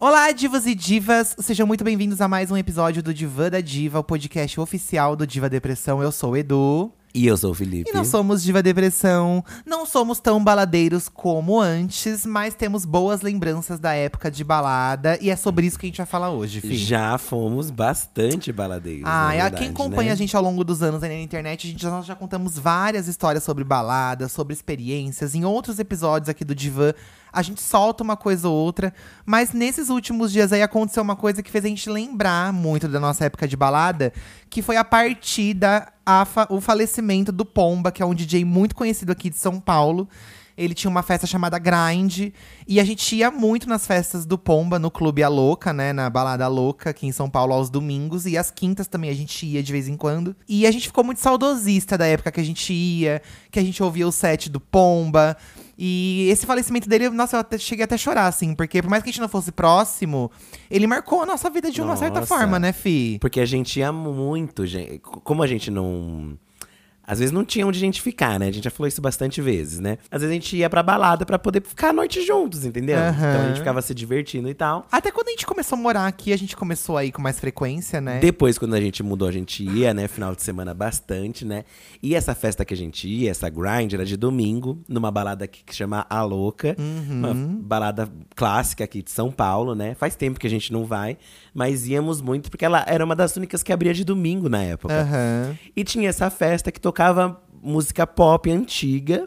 Olá, divas e divas! Sejam muito bem-vindos a mais um episódio do Divã da Diva, o podcast oficial do Diva Depressão. Eu sou o Edu. E eu sou o Felipe. E nós somos Diva Depressão. Não somos tão baladeiros como antes, mas temos boas lembranças da época de balada. E é sobre isso que a gente vai falar hoje, Fih. Já fomos bastante baladeiros, Ah, na verdade, quem acompanha né? a gente ao longo dos anos aí na internet, nós já contamos várias histórias sobre balada, sobre experiências. Em outros episódios aqui do Divã, a gente solta uma coisa ou outra. Mas nesses últimos dias aí aconteceu uma coisa que fez a gente lembrar muito da nossa época de balada, que foi a partir o falecimento do Pomba, que é um DJ muito conhecido aqui de São Paulo. Ele tinha uma festa chamada Grind. E a gente ia muito nas festas do Pomba, no Clube A Louca, né? Na Balada Louca, aqui em São Paulo, aos domingos. E às quintas também a gente ia de vez em quando. E a gente ficou muito saudosista da época que a gente ia, que a gente ouvia o set do Pomba. E esse falecimento dele, nossa, cheguei até a chorar, assim. Porque por mais que a gente não fosse próximo, ele marcou a nossa vida de uma certa forma, né, Fi? Porque a gente ia muito, gente. Como a gente não… Às vezes não tinha onde a gente ficar, né? A gente já falou isso bastante vezes, né? Às vezes a gente ia pra balada pra poder ficar a noite juntos, entendeu? Então a gente ficava se divertindo e tal. Até quando a gente começou a morar aqui, a gente começou a ir com mais frequência, né? Depois, quando a gente mudou, a gente ia, né? Final de semana bastante, né? E essa festa que a gente ia, essa grind, era de domingo, numa balada aqui que chama A Louca. Uma balada clássica aqui de São Paulo, né? Faz tempo que a gente não vai, mas íamos muito, porque ela era uma das únicas que abria de domingo na época. E tinha essa festa que tocava música pop antiga,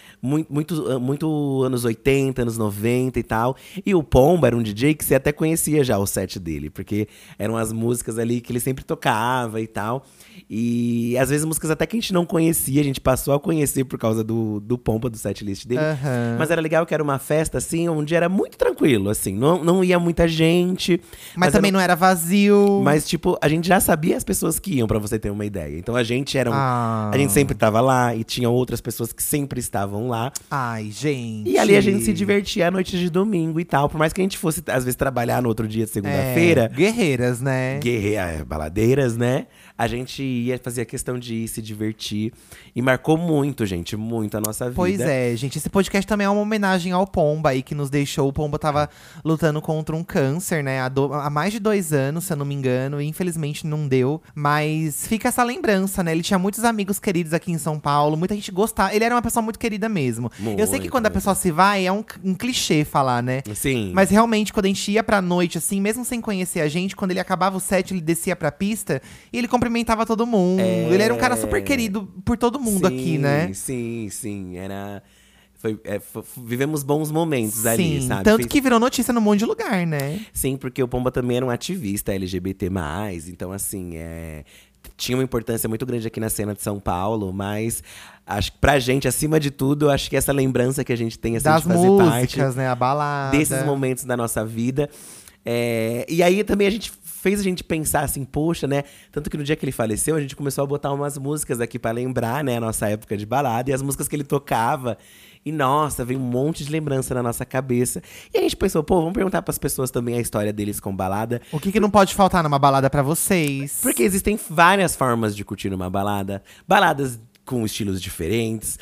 muito anos 80, anos 90 e tal. E o Pomba era um DJ que você até conhecia já o set dele, porque eram as músicas ali que ele sempre tocava e tal. E às vezes músicas até que a gente não conhecia, a gente passou a conhecer por causa do Pomba, do setlist dele. Mas era legal que era uma festa, assim, onde era muito tranquilo, assim. Não ia muita gente. Mas também não era vazio. Mas, tipo, a gente já sabia as pessoas que iam, pra você ter uma ideia. Então a gente era a gente sempre tava lá e tinha outras pessoas que sempre estavam lá. Ai, gente. E ali a gente se divertia à noite de domingo e tal. Por mais que a gente fosse, às vezes, trabalhar no outro dia de segunda-feira. Guerreiras, né? Baladeiras, né? A gente ia fazer questão de ir se divertir. E marcou muito, gente, muito a nossa vida. Pois é, gente. Esse podcast também é uma homenagem ao Pomba aí que nos deixou. O Pomba tava lutando contra um câncer, né? Há mais de 2 anos, se eu não me engano. E infelizmente não deu. Mas fica essa lembrança, né? Ele tinha muitos amigos queridos aqui em São Paulo. Muita gente gostava. Ele era uma pessoa muito querida mesmo. Eu sei que quando a pessoa se vai, é um clichê falar, né? Sim. Mas realmente, quando a gente ia pra noite, assim, mesmo sem conhecer a gente, quando ele acabava o set, ele descia pra pista e ele cumprimentava todo mundo. Ele era um cara super querido por todo mundo aqui, né? Sim. Vivemos bons momentos ali, sabe? Tanto que virou notícia num monte de lugar, né? Sim, porque o Pomba também era um ativista LGBT+. Então, assim, tinha uma importância muito grande aqui na cena de São Paulo, mas acho que pra gente, acima de tudo, acho que essa lembrança que a gente tem, assim, das de fazer músicas, parte, né? A balada. desses momentos da nossa vida. E aí também fez a gente pensar assim, poxa, né? Tanto que no dia que ele faleceu, a gente começou a botar umas músicas aqui pra lembrar, né? A nossa época de balada e as músicas que ele tocava. E nossa, veio um monte de lembrança na nossa cabeça. E a gente pensou, vamos perguntar pras pessoas também a história deles com balada. O que não pode faltar numa balada pra vocês? Porque existem várias formas de curtir uma balada. Baladas com estilos diferentes,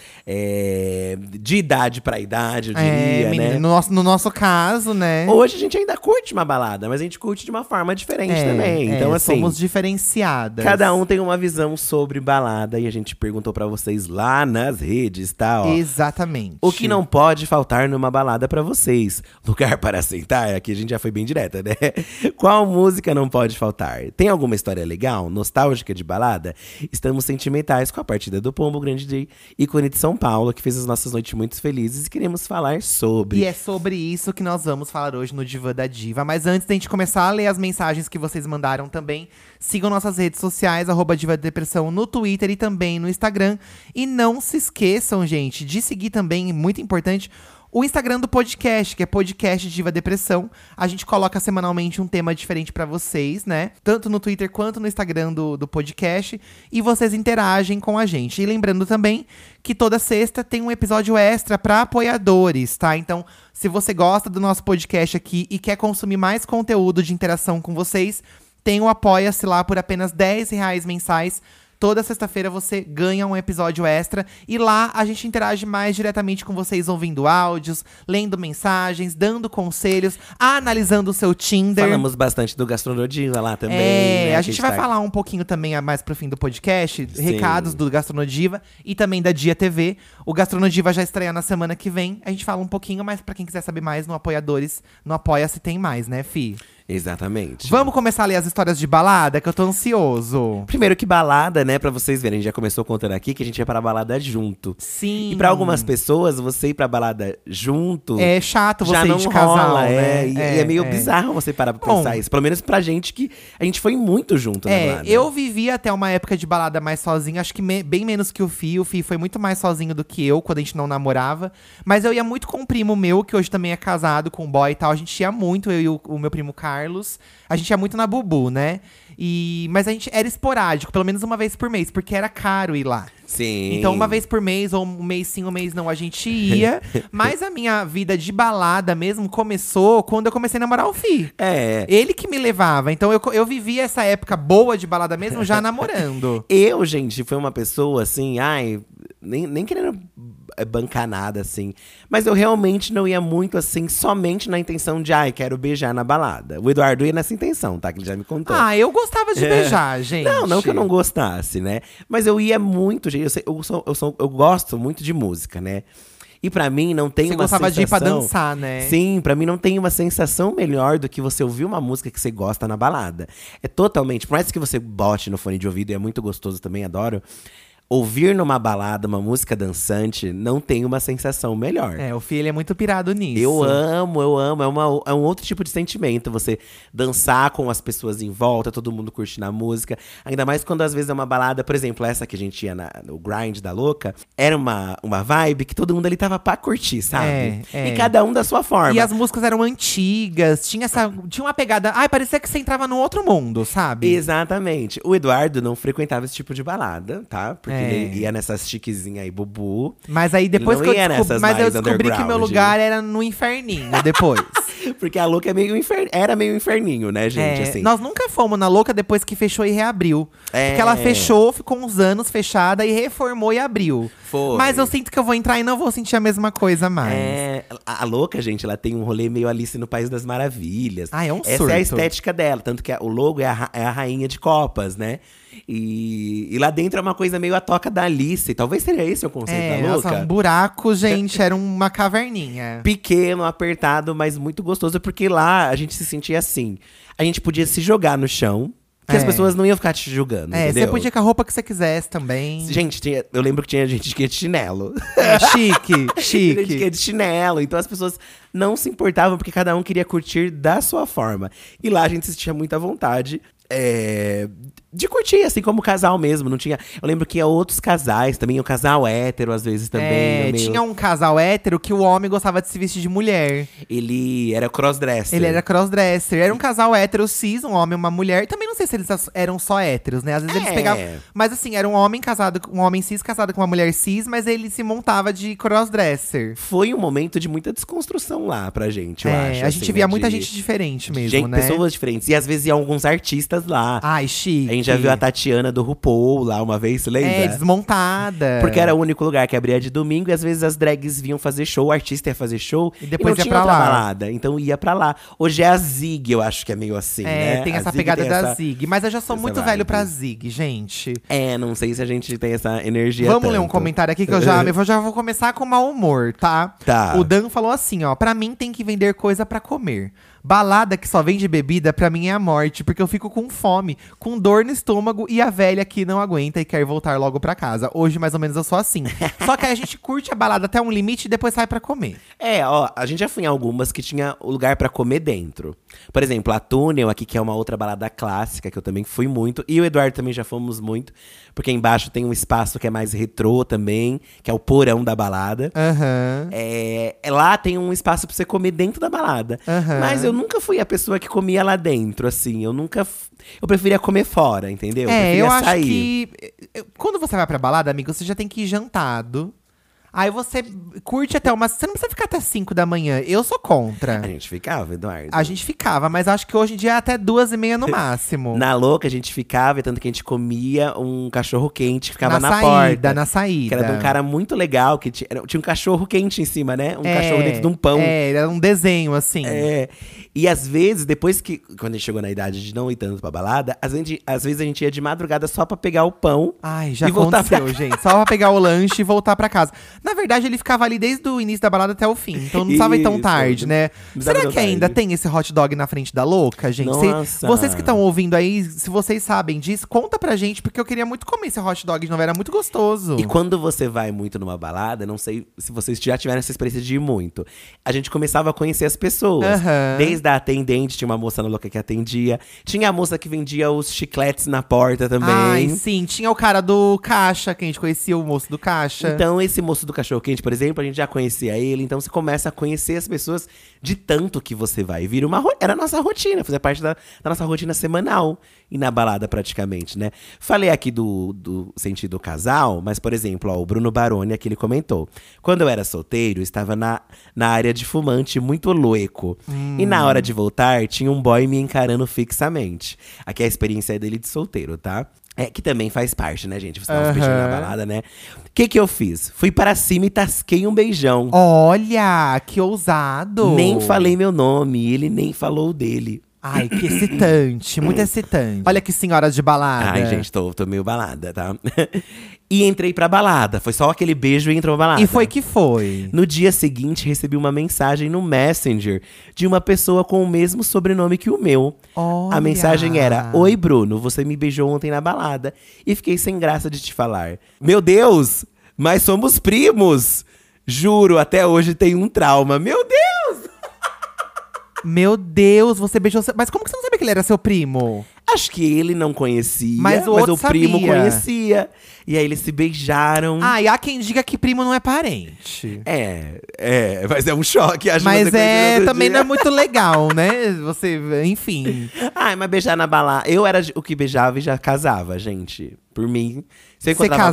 de idade pra idade, eu diria, né? No nosso caso, né? Hoje a gente ainda curte uma balada, mas a gente curte de uma forma diferente também. Então, assim, somos diferenciadas. Cada um tem uma visão sobre balada e a gente perguntou pra vocês lá nas redes, tá? Ó, exatamente. o que não pode faltar numa balada pra vocês? Lugar para sentar? Aqui a gente já foi bem direta, né? Qual música não pode faltar? Tem alguma história legal, nostálgica de balada? Estamos sentimentais com a partida do Pombo, grande DJ, ícone de São Paulo, que fez as nossas noites muito felizes e queremos falar sobre. E é sobre isso que nós vamos falar hoje no Divã da Diva. Mas antes da gente começar a ler as mensagens que vocês mandaram também, sigam nossas redes sociais, @Diva Depressão, no Twitter e também no Instagram. E não se esqueçam, gente, de seguir também, muito importante, o Instagram do podcast, que é Podcast Diva Depressão. A gente coloca semanalmente um tema diferente pra vocês, né? Tanto no Twitter quanto no Instagram do podcast. E vocês interagem com a gente. E lembrando também que toda sexta tem um episódio extra pra apoiadores, tá? Então, se você gosta do nosso podcast aqui e quer consumir mais conteúdo de interação com vocês, tem o Apoia-se lá por apenas R$10 mensais. toda sexta-feira você ganha um episódio extra. E lá a gente interage mais diretamente com vocês, ouvindo áudios, lendo mensagens, dando conselhos, analisando o seu Tinder. Falamos bastante do Gastronodiva lá também. Né, a gente vai falar um pouquinho também mais pro fim do podcast, recados do Gastronodiva e também da Dia TV. O Gastronodiva já estreia na semana que vem. A gente fala um pouquinho, mas pra quem quiser saber mais, no Apoiadores, no Apoia-se tem mais, né, Fi? Exatamente. Vamos começar a ler as histórias de balada, que eu tô ansioso. Primeiro que balada, né, pra vocês verem. A gente já começou contando aqui que a gente ia pra balada junto. Sim. E pra algumas pessoas, você ir pra balada junto… É chato você já ir não de casal, rola, né? E é meio bizarro você parar pra pensar isso. Pelo menos pra gente, que a gente foi muito junto na balada. Eu vivi até uma época de balada mais sozinho. Acho que bem menos que o Fih. O Fih foi muito mais sozinho do que eu, quando a gente não namorava. Mas eu ia muito com um primo meu, que hoje também é casado com um boy e tal. A gente ia muito, eu e o meu primo Carlos. A gente ia muito na Bubu, né? Mas a gente era esporádico, pelo menos uma vez por mês, porque era caro ir lá. Sim. Então, uma vez por mês, ou um mês sim, um mês não, a gente ia. Mas a minha vida de balada mesmo começou quando eu comecei a namorar o Fih. Ele que me levava. Então, eu vivi essa época boa de balada mesmo já namorando. Eu, gente, fui uma pessoa assim, nem querendo bancar nada, assim. Mas eu realmente não ia muito, assim, somente na intenção de, quero beijar na balada. O Eduardo ia nessa intenção, tá? Que ele já me contou. Eu gostava de beijar, gente. Não que eu não gostasse, né? Mas eu ia muito, gente. Eu gosto muito de música, né? E pra mim não tem uma sensação… Você gostava de ir pra dançar, né? Sim, pra mim não tem uma sensação melhor do que você ouvir uma música que você gosta na balada. É totalmente… Por mais que você bote no fone de ouvido, e é muito gostoso também, adoro… Ouvir numa balada uma música dançante não tem uma sensação melhor. O filho é muito pirado nisso. Eu amo. É um outro tipo de sentimento. Você dançar com as pessoas em volta, todo mundo curtindo a música. Ainda mais quando às vezes é uma balada, por exemplo, essa que a gente ia no Grind da Louca. Era uma vibe que todo mundo ali tava pra curtir, sabe? E cada um da sua forma. E as músicas eram antigas, tinha uma pegada… parecia que você entrava num outro mundo, sabe? Exatamente. O Eduardo não frequentava esse tipo de balada, tá? Porque ele ia nessas chiquezinhas aí, Bubu. Mas aí depois que eu descobri que meu lugar era no inferninho, depois. Porque a Louca era meio inferninho, né, gente? Assim. Nós nunca fomos na Louca depois que fechou e reabriu. Porque ela fechou, ficou uns anos fechada e reformou e abriu. Foi. Mas eu sinto que eu vou entrar e não vou sentir a mesma coisa mais. A Louca, gente, ela tem um rolê meio Alice no País das Maravilhas. É um surto. Essa é a estética dela. Tanto que o logo é a rainha de copas, né? E lá dentro é uma coisa meio a toca da Alice. Talvez seria esse o conceito da Louca. Um buraco, gente, era uma caverninha. Pequeno, apertado, mas muito gostoso. Porque lá a gente se sentia assim. A gente podia se jogar no chão. Que as pessoas não iam ficar te julgando, entendeu? Você podia ir com a roupa que você quisesse também. Gente, eu lembro que tinha gente que ia de chinelo. Chique. Gente que ia de chinelo. Então as pessoas não se importavam, porque cada um queria curtir da sua forma. E lá a gente se sentia muita vontade de curtir, assim, como casal mesmo. Não tinha… Eu lembro que ia outros casais também, o casal hétero, às vezes, também. Tinha um casal hétero que o homem gostava de se vestir de mulher. Ele era crossdresser. Era um casal hétero cis, um homem e uma mulher. Também não sei se eles eram só héteros, né? Às vezes eles pegavam… Mas assim, era um homem cis casado com uma mulher cis, mas ele se montava de crossdresser. Foi um momento de muita desconstrução lá pra gente, eu acho. A gente via muita gente diferente mesmo, né? Pessoas diferentes. E às vezes iam alguns artistas lá. Chique. A gente já viu a Tatiana do RuPaul lá uma vez, você lembra? Desmontada. Porque era o único lugar que abria de domingo. E às vezes as drags vinham fazer show, o artista ia fazer show. E depois ia pra lá. Balada, então ia pra lá. Hoje é a Zig, eu acho que é meio assim, né? Tem essa pegada da Zig. Mas eu já sou muito velho pra Zig, gente. Não sei se a gente tem essa energia. Vamos ler um comentário aqui que eu já vou começar com mau humor, tá? O Dan falou assim, pra mim tem que vender coisa pra comer. Balada que só vende bebida, pra mim é a morte, porque eu fico com fome, com dor no estômago e a velha que não aguenta e quer voltar logo pra casa. Hoje, mais ou menos, eu sou assim. Só que aí a gente curte a balada até um limite e depois sai pra comer. A gente já foi em algumas que tinha o lugar pra comer dentro. Por exemplo, a Túnel aqui, que é uma outra balada clássica, que eu também fui muito. E o Eduardo também já fomos muito. Porque embaixo tem um espaço que é mais retrô também, que é o porão da balada. Lá tem um espaço pra você comer dentro da balada. Mas eu nunca fui a pessoa que comia lá dentro, assim. Eu preferia comer fora, entendeu? Eu acho que… Quando você vai pra balada, amigo, você já tem que ir jantado. Aí você curte até umas… Você não precisa ficar até 5 da manhã. Eu sou contra. A gente ficava, Eduardo. A gente ficava, mas acho que hoje em dia é até 2h30 no máximo. Na louca, a gente ficava, tanto que a gente comia um cachorro quente que ficava na saída, porta. Na saída. Que era de um cara muito legal, que tinha um cachorro quente em cima, né? Um cachorro dentro de um pão. Era um desenho, assim. E às vezes, depois que… Quando a gente chegou na idade de não ir tanto pra balada, às vezes a gente ia de madrugada só pra pegar o pão. Ai, já e voltar aconteceu, gente. Só pra pegar o lanche e voltar pra casa. Na verdade, ele ficava ali desde o início da balada até o fim. Então não precisava ir tão tarde, né? Será que ainda tem esse hot dog na frente da louca, gente? Nossa. Vocês que estão ouvindo aí, se vocês sabem disso, conta pra gente. Porque eu queria muito comer esse hot dog de novo. Era muito gostoso. E quando você vai muito numa balada, não sei se vocês já tiveram essa experiência de ir muito. A gente começava a conhecer as pessoas. Desde a atendente, tinha uma moça na louca que atendia. Tinha a moça que vendia os chicletes na porta também. Ai, sim. Tinha o cara do caixa, que a gente conhecia, o moço do caixa. Então, esse moço do cachorro-quente, por exemplo, a gente já conhecia ele. Então, você começa a conhecer as pessoas de tanto que você vai. Vira era a nossa rotina, fazia parte da nossa rotina semanal. E na balada, praticamente, né? Falei aqui do sentido casal, mas, por exemplo, ó, o Bruno Baroni aqui, ele comentou. Quando eu era solteiro, estava na área de fumante muito louco. E na hora de voltar, tinha um boy me encarando fixamente. Aqui é a experiência dele de solteiro, tá? Que também faz parte, né, gente? Você tava beijando na balada, né? O que eu fiz? Fui para cima e tasquei um beijão. Olha, que ousado! Nem falei meu nome, ele nem falou o dele. Ai, que excitante, muito excitante. Olha que senhora de balada. Ai, gente, tô meio balada, tá? E entrei pra balada. Foi só aquele beijo e entrou pra balada. E foi que foi. No dia seguinte, recebi uma mensagem no Messenger de uma pessoa com o mesmo sobrenome que o meu. Olha. A mensagem era: Oi, Bruno, você me beijou ontem na balada e fiquei sem graça de te falar. Meu Deus, mas somos primos! Juro, até hoje tenho um trauma. Meu Deus! Meu Deus, você beijou… Mas como que você não sabia que ele era seu primo? Acho que ele não conhecia, mas o primo sabia. Conhecia. E aí eles se beijaram. E há quem diga que primo não é parente. Mas é um choque. Mas também não é muito legal, né? Você, enfim. Mas beijar na balada… Eu era o que beijava e já casava, gente. Por mim, se eu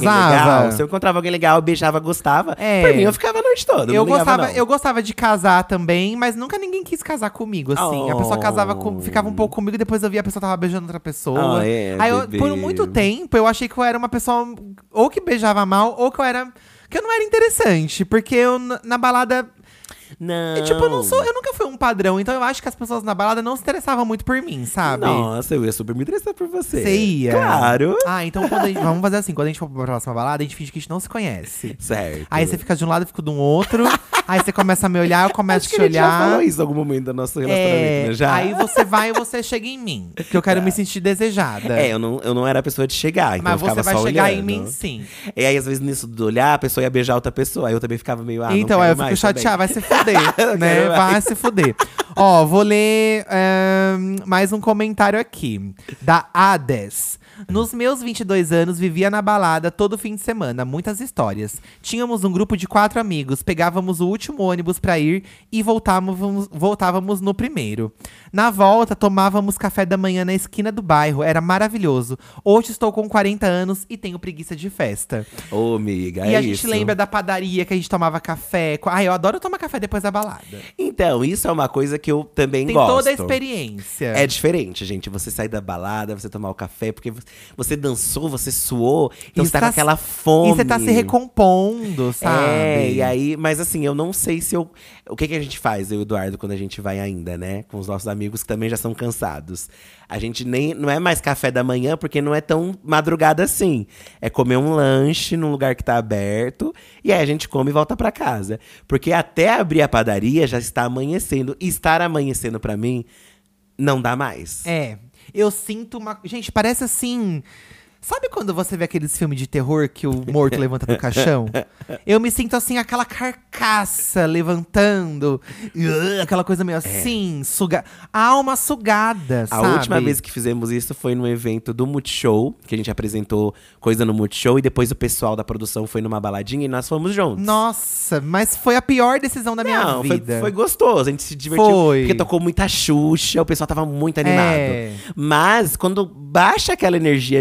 encontrava alguém legal, eu beijava, gostava. Por mim, eu ficava a noite toda. Eu gostava de casar também, mas nunca ninguém quis casar comigo, assim. A pessoa ficava um pouco comigo, depois eu via a pessoa tava beijando outra pessoa. Por muito tempo, eu achei que eu era uma pessoa ou que beijava mal, ou que eu não era interessante. Porque eu, na balada… Não. Eu nunca fui um padrão, então eu acho que as pessoas na balada não se interessavam muito por mim, sabe? Nossa, eu ia super me interessar por você. Você ia? Claro. Então vamos fazer assim, quando a gente for pra próxima balada, a gente finge que a gente não se conhece. Certo. Aí você fica de um lado, eu fico do outro. Aí você começa a me olhar, eu começo a te olhar. Já falou isso em algum momento do nosso relacionamento, né? Já. Aí você vai e você chega em mim. Porque eu quero me sentir desejada. Eu não era a pessoa de chegar, então mas eu ficava você vai só chegar olhando. em mim, sim. E aí, às vezes, nisso do olhar, a pessoa ia beijar outra pessoa. Aí eu também ficava meio, então, não aí eu quero fico chateada, vai se fuder, né? mais. Vai se fuder. Ó, vou ler mais um comentário aqui. Da Hades. Nos meus 22 anos, vivia na balada todo fim de semana. Muitas histórias. Tínhamos um grupo de 4 amigos. Pegávamos o último ônibus pra ir e voltávamos no primeiro. Na volta, tomávamos café da manhã na esquina do bairro. Era maravilhoso. Hoje estou com 40 anos e tenho preguiça de festa. Ô, amiga, E a gente lembra da padaria que a gente tomava café. Eu adoro tomar café depois da balada. Então, isso é uma coisa que eu também Tem gosto. toda a experiência. É diferente, gente. Você sair da balada, você tomar o café, porque você dançou, você suou. Então você tá com aquela fome. E você tá se recompondo, sabe? E aí… Mas assim, eu não sei se eu… O que a gente faz, eu e o Eduardo, quando a gente vai ainda, né? Com os nossos amigos que também já são cansados. A gente não é mais café da manhã, porque não é tão madrugada assim. É comer um lanche num lugar que tá aberto. E aí a gente come e volta pra casa. Porque até abrir a padaria já está amanhecendo. E estar amanhecendo pra mim, não dá mais. Eu sinto uma… Gente, parece assim… Sabe quando você vê aqueles filmes de terror que o morto levanta do caixão? Eu me sinto assim, aquela carcaça levantando. Aquela coisa meio assim, a alma sugada, sabe? A última vez que fizemos isso foi no evento do Multishow, que a gente apresentou coisa no Multishow. E depois o pessoal da produção foi numa baladinha e nós fomos juntos. Nossa, mas foi a pior decisão da minha vida. Foi gostoso, a gente se divertiu. Porque tocou muita Xuxa, o pessoal tava muito animado. Mas quando baixa aquela energia de que tá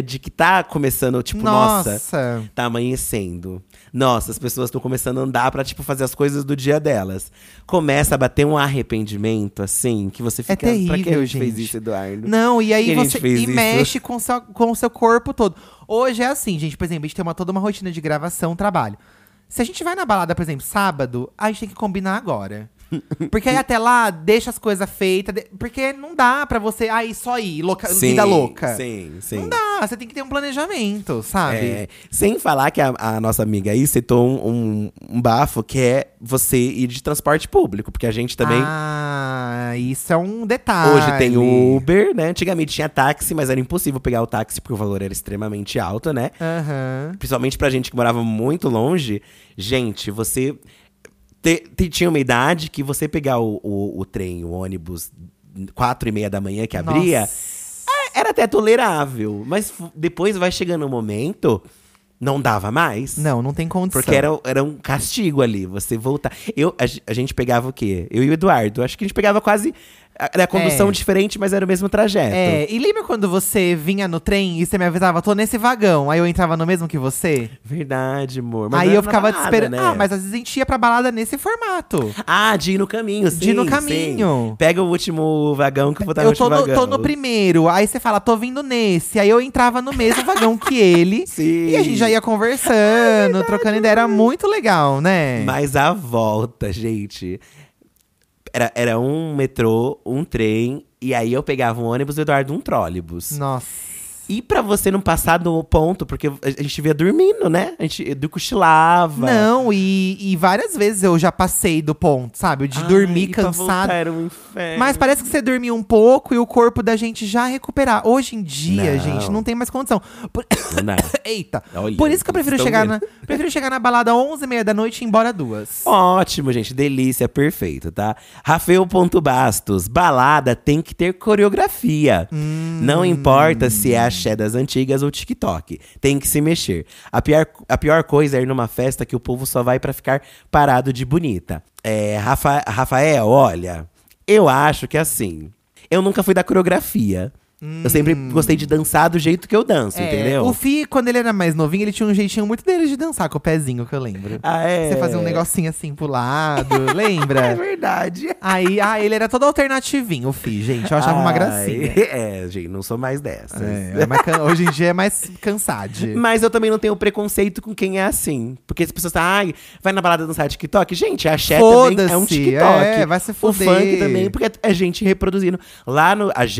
tá começando, tipo, nossa, Nossa. tá amanhecendo. Nossa, as pessoas estão começando a andar pra, tipo, fazer as coisas do dia delas. Começa a bater um arrependimento, assim, que você fica… Pra que a terrível, gente fez gente. isso, Eduardo? Não, e aí Que a gente você fez isso. mexe com o seu corpo todo. Hoje é assim, gente, por exemplo, a gente tem toda uma rotina de gravação, trabalho. Se a gente vai na balada, por exemplo, sábado, a gente tem que combinar agora. Porque aí até lá, deixa as coisas feitas. Porque não dá pra você, só ir, vida louca. Sim, sim. Não dá, você tem que ter um planejamento, sabe? É, sem falar que a nossa amiga aí citou um bafo, que é você ir de transporte público. Porque a gente também… Isso é um detalhe. Hoje tem o Uber, né? Antigamente tinha táxi, mas era impossível pegar o táxi porque o valor era extremamente alto, né? Aham. Principalmente pra gente que morava muito longe. Gente, você… tinha uma idade que você pegar o trem, o ônibus, 4h30 da manhã que abria, era até tolerável. Mas depois vai chegando um momento, não dava mais. Não tem condição. Porque era um castigo ali, você voltar. A gente pegava o quê? Eu e o Eduardo. Acho que a gente pegava quase… Era a condução diferente, mas era o mesmo trajeto. E lembra quando você vinha no trem e você me avisava, tô nesse vagão, aí eu entrava no mesmo que você? Verdade, amor. Mas Aí não era eu ficava balada, esperando. né? Mas às vezes a gente ia pra balada nesse formato. De ir no caminho, sim. De ir no caminho. Sim. Pega o último vagão que eu vou estar no Eu último vagão. tô no primeiro, aí você fala, tô vindo nesse. Aí eu entrava no mesmo vagão que ele. Sim. E a gente já ia conversando, trocando ideia. Era muito legal, né? Mas a volta, gente… Era um metrô, um trem, e aí eu pegava um ônibus e o Eduardo um trólebus. Nossa. E pra você não passar do ponto, porque a gente via dormindo, né? A gente cochilava. Não, e várias vezes eu já passei do ponto, sabe? De dormir pra cansado. voltar era um inferno. Mas parece que você dormiu um pouco e o corpo da gente já recuperar. Hoje em dia, Não. gente, não tem mais condição. Não. Eita. Olha, Por isso que eu prefiro estão chegar na balada 11h30 da noite e ir embora 2. Ótimo, gente. Delícia, perfeito, tá? Rafael.bastos. Balada tem que ter coreografia. Não importa se é axé das antigas ou TikTok. Tem que se mexer. A pior coisa é ir numa festa que o povo só vai pra ficar parado de bonita. Rafael, olha… Eu acho que assim… Eu nunca fui da coreografia. Eu sempre gostei de dançar do jeito que eu danço, entendeu? O Fih, quando ele era mais novinho, ele tinha um jeitinho muito dele de dançar com o pezinho, que eu lembro. Você fazia um negocinho assim pro lado, lembra? É verdade. Aí, ele era todo alternativinho, o Fih, gente. Eu achava uma gracinha. Gente, não sou mais dessas. Hoje em dia é mais cansade. Mas eu também não tenho preconceito com quem é assim. Porque as pessoas falam, vai na balada dançar TikTok. Gente, a axé também é um TikTok. Vai se foder. O funk também, porque é gente reproduzindo. Lá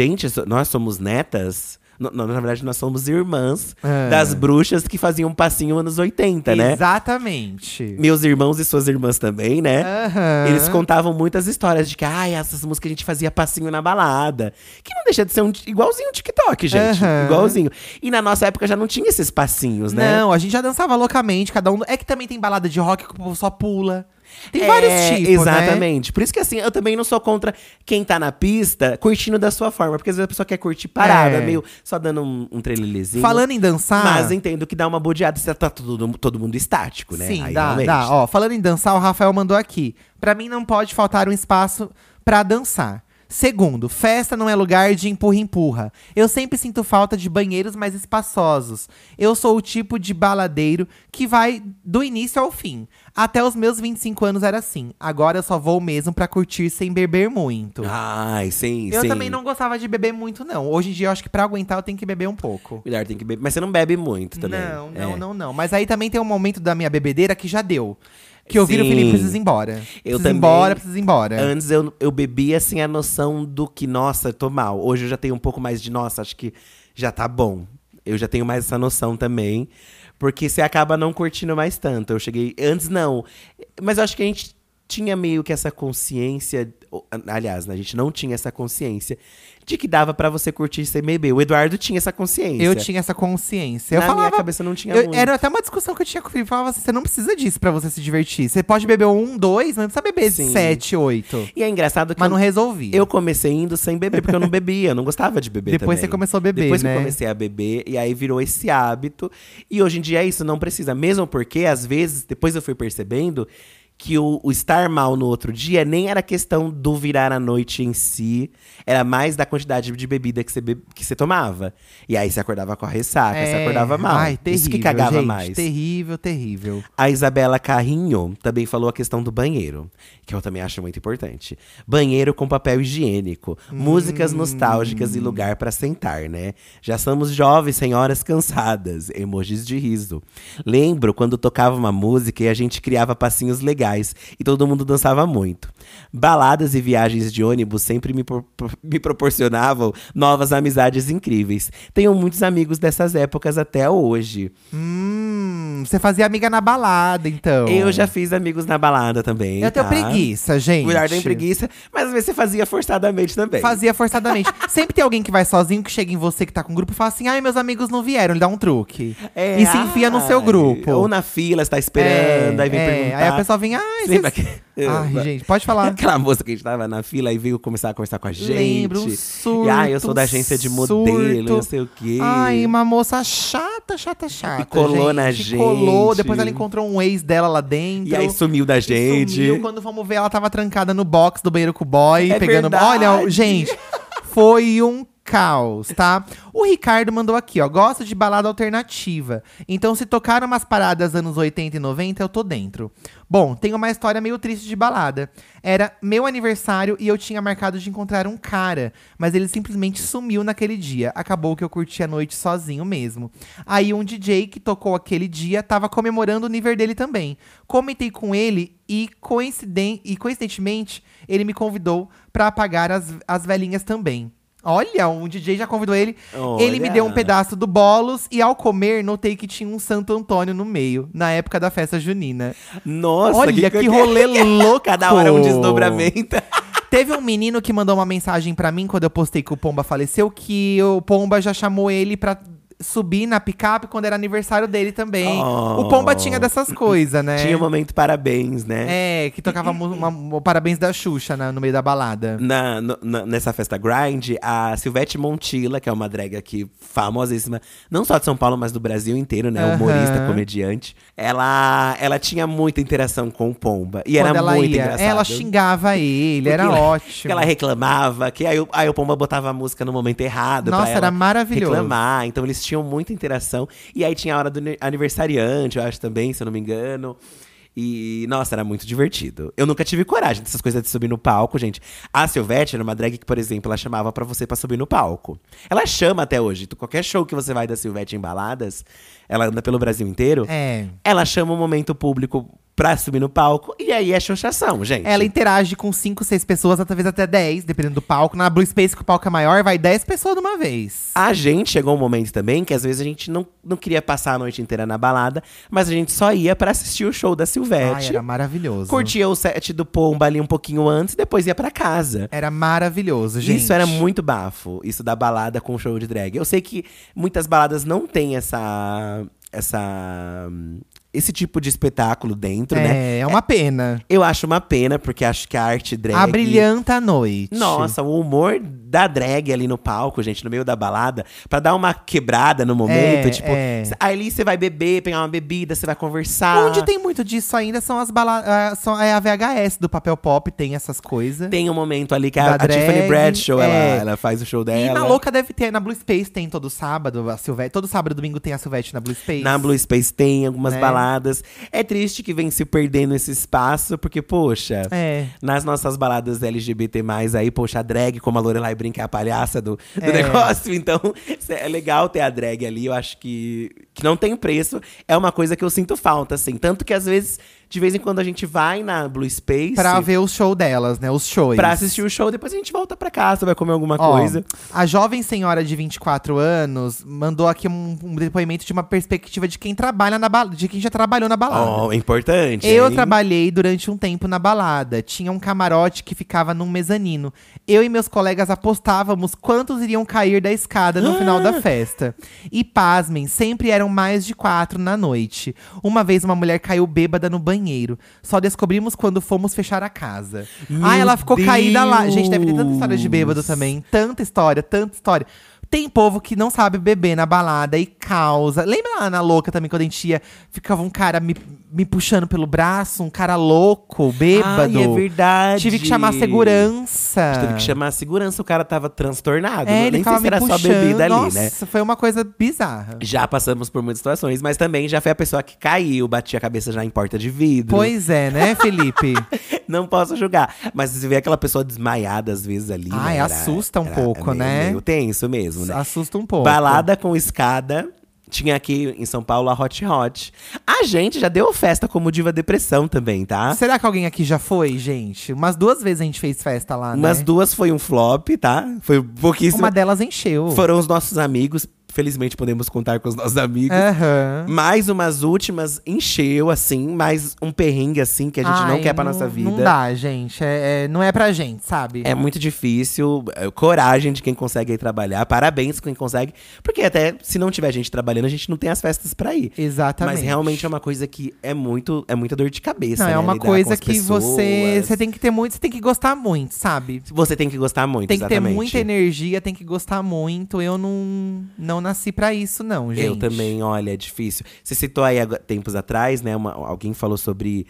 nós somos netas. Na verdade, nós somos irmãs das bruxas que faziam passinho anos 80, né? Exatamente. Meus irmãos e suas irmãs também, né? Eles contavam muitas histórias de que, essas músicas a gente fazia passinho na balada. Que não deixa de ser igualzinho o TikTok, gente. Igualzinho. E na nossa época já não tinha esses passinhos, né? Não, a gente já dançava loucamente, cada um… É que também tem balada de rock que o povo só pula. Tem vários tipos, exatamente. Né? Por isso que assim, eu também não sou contra quem tá na pista curtindo da sua forma. Porque às vezes a pessoa quer curtir parada, meio só dando um trelelezinho. Falando em dançar… Mas entendo que dá uma bodeada se tá todo mundo estático, né? Sim, aí, dá. Ó, falando em dançar, o Rafael mandou aqui. Pra mim não pode faltar um espaço pra dançar. Segundo, festa não é lugar de empurra-empurra. Eu sempre sinto falta de banheiros mais espaçosos. Eu sou o tipo de baladeiro que vai do início ao fim. Até os meus 25 anos era assim. Agora eu só vou mesmo pra curtir sem beber muito. Sim, eu também não gostava de beber muito, não. Hoje em dia eu acho que pra aguentar eu tenho que beber um pouco. Melhor tem que beber. Mas você não bebe muito também. Não. Mas aí também tem um momento da minha bebedeira que já deu. Que eu viro o Felipe, precisa ir embora. Precisa ir embora. Antes eu bebia, assim, a noção do que, nossa, tô mal. Hoje eu já tenho um pouco mais de, nossa, acho que já tá bom. Eu já tenho mais essa noção também. Porque você acaba não curtindo mais tanto. Eu cheguei… Antes, não. Mas eu acho que a gente tinha meio que essa consciência… Aliás, né, a gente não tinha essa consciência de que dava pra você curtir sem beber. O Eduardo tinha essa consciência. Eu tinha essa consciência. Na minha cabeça não tinha muito. Era até uma discussão que eu tinha com o Felipe. Eu falava assim, você não precisa disso pra você se divertir. Você pode beber 1, 2, mas não precisa beber 7, 8. E é engraçado que… Mas não resolvi. Eu comecei indo sem beber, porque eu não bebia. Eu não gostava de beber Depois também. você começou a beber, Depois né? que eu comecei a beber, e aí virou esse hábito. E hoje em dia é isso, não precisa. Mesmo porque, às vezes, depois eu fui percebendo… que o estar mal no outro dia nem era questão do virar a noite em si, era mais da quantidade de bebida que você tomava. E aí você acordava com a ressaca, você acordava mal. Ai, terrível, isso que cagava gente, mais. Terrível, terrível. A Isabela Carrinho também falou a questão do banheiro, que eu também acho muito importante. Banheiro com papel higiênico, músicas nostálgicas e lugar pra sentar, né? Já somos jovens senhoras cansadas, emojis de riso. Lembro quando tocava uma música e a gente criava passinhos legais e todo mundo dançava muito. Baladas e viagens de ônibus sempre me proporcionavam novas amizades incríveis. Tenho muitos amigos dessas épocas até hoje. Você fazia amiga na balada, então. Eu já fiz amigos na balada também. Eu tenho preguiça, gente. Mulher tem preguiça, mas às vezes você fazia forçadamente também. Fazia forçadamente. Sempre tem alguém que vai sozinho, que chega em você, que tá com grupo, e fala assim: ai, meus amigos não vieram, ele dá um truque. E se enfia no seu grupo. Ou na fila, você tá esperando, aí vem perguntar. Aí a pessoa vem, ai, Lembra ai, gente, pode falar. Aquela moça que a gente tava na fila e veio começar a conversar com a gente. Lembro, um surto. E eu sou da agência de modelo, não sei o quê. Ai, uma moça chata. E colou na gente. Colou, depois ela encontrou um ex dela lá dentro. E aí sumiu da gente. Sumiu, quando fomos ver, ela tava trancada no box do banheiro com o boy. Pegando. Verdade. Olha, gente, foi um caos, tá? O Ricardo mandou aqui, ó. Gosto de balada alternativa. Então, se tocaram umas paradas anos 80 e 90, eu tô dentro. Bom, tem uma história meio triste de balada. Era meu aniversário e eu tinha marcado de encontrar um cara, mas ele simplesmente sumiu naquele dia. Acabou que eu curti a noite sozinho mesmo. Aí um DJ que tocou aquele dia tava comemorando o nível dele também. Comentei com ele e coincidentemente ele me convidou pra apagar as velhinhas também. Olha, um DJ já convidou ele. Olha. Ele me deu um pedaço do bolos e ao comer notei que tinha um Santo Antônio no meio, na época da festa junina. Nossa, olha que rolê louco! Cada hora um desdobramento. Teve um menino que mandou uma mensagem pra mim quando eu postei que o Pomba faleceu, que o Pomba já chamou ele pra subir na picape quando era aniversário dele também. O Pomba tinha dessas coisas, né? Tinha o momento parabéns, né? Que tocava o parabéns da Xuxa no meio da balada. Nessa festa Grind, a Silvete Montilla, que é uma drag aqui famosíssima, não só de São Paulo, mas do Brasil inteiro, né? Humorista, comediante. Ela tinha muita interação com o Pomba. E quando era ela muito ia, engraçado. ela xingava ele, era ótimo. Que ela reclamava, que aí o Pomba botava a música no momento errado. Nossa, pra ela era maravilhoso. Reclamar. Então eles tinham muita interação. E aí tinha a hora do aniversariante, eu acho também, se eu não me engano. E, nossa, era muito divertido. Eu nunca tive coragem dessas coisas de subir no palco, gente. A Silvete era uma drag que, por exemplo, ela chamava pra você pra subir no palco. Ela chama até hoje. Qualquer show que você vai da Silvete em baladas, ela anda pelo Brasil inteiro. Ela chama um momento público pra subir no palco. E aí é xoxação, gente. Ela interage com 5, 6 pessoas, talvez até 10, dependendo do palco. Na Blue Space, que o palco é maior, vai 10 pessoas de uma vez. A gente chegou um momento também que às vezes a gente não queria passar a noite inteira na balada, mas a gente só ia pra assistir o show da Silvete. Ai, era maravilhoso. Curtia o set do Pomba ali um pouquinho antes, depois ia pra casa. Era maravilhoso, gente. Isso era muito bafo, isso da balada com show de drag. Eu sei que muitas baladas não têm esse tipo de espetáculo dentro, né? É uma pena. Eu acho uma pena, porque acho que a arte drag… Abrilhanta a noite. Nossa, o humor da drag ali no palco, gente, no meio da balada, pra dar uma quebrada no momento, ali você vai beber, pegar uma bebida, você vai conversar. Onde tem muito disso ainda são as baladas… É a VHS do Papel Pop, tem essas coisas. Tem um momento ali que a Tiffany Bradshaw, ela faz o show dela. E na Louca deve ter, na Blue Space tem todo sábado, a Silvete. Todo sábado e domingo tem a Silvete na Blue Space. Na Blue Space tem algumas baladas. É triste que vem se perdendo esse espaço, porque, poxa, nas nossas baladas LGBT+, aí, poxa, a drag, como a Lorelai brinca, é a palhaça do negócio. Então, é legal ter a drag ali. Eu acho que não tem preço. É uma coisa que eu sinto falta, assim. Tanto que, às vezes… De vez em quando a gente vai na Blue Space… Pra ver o show delas, né? Os shows. Pra assistir o show, depois a gente volta pra casa, vai comer alguma coisa. A jovem senhora de 24 anos mandou aqui um depoimento de uma perspectiva de quem trabalha de quem já trabalhou na balada. Importante. Eu trabalhei durante um tempo na balada. Tinha um camarote que ficava num mezanino. Eu e meus colegas apostávamos quantos iriam cair da escada no final da festa. E pasmem, sempre eram mais de 4 na noite. Uma vez uma mulher caiu bêbada no banheiro. Só descobrimos quando fomos fechar a casa. Ela ficou caída lá. Gente, deve ter tanta história de bêbado também. Tanta história, tanta história. Tem povo que não sabe beber na balada e causa. Lembra lá na Louca também, quando a gente ia, ficava um cara me puxando pelo braço, um cara louco, bêbado. Ai, é verdade. Tive que chamar a segurança. Teve que chamar a segurança, o cara tava transtornado. Ele Nem sei ficava se me era puxando. só bebida ali, Nossa, né? foi uma coisa bizarra. Já passamos por muitas situações, mas também já foi a pessoa que caiu, batia a cabeça já em porta de vidro. Pois é, né, Felipe? Não posso julgar. Mas você vê aquela pessoa desmaiada às vezes ali. Ai, né? assusta um pouco, né? Meio tenso mesmo, né? Assusta um pouco. Balada com escada. Tinha aqui em São Paulo a Hot Hot. A gente já deu festa como Diva Depressão também, tá? Será que alguém aqui já foi, gente? Umas 2 vezes a gente fez festa lá, Umas né? 2 foi um flop, tá? Foi pouquíssimo. Uma delas encheu. Foram os nossos amigos. Felizmente podemos contar com os nossos amigos. Aham. Mais umas últimas encheu, assim. Mais um perrengue, assim, que a gente não Ai, quer pra nossa vida. Não dá, gente. Não é pra gente, sabe? É muito difícil. Coragem de quem consegue ir trabalhar. Parabéns quem consegue. Porque até se não tiver gente trabalhando, a gente não tem as festas pra ir. Exatamente. Mas realmente é uma coisa que é muita dor de cabeça, Não, né? é uma Lidar com coisa as que você tem que ter muito, você tem que gostar muito, sabe? Você tem que gostar muito, Tem que ter exatamente. muita energia, tem que gostar muito. Eu não nasci pra isso, não, gente. Eu também, olha, é difícil. Você citou aí tempos atrás, né? Alguém falou sobre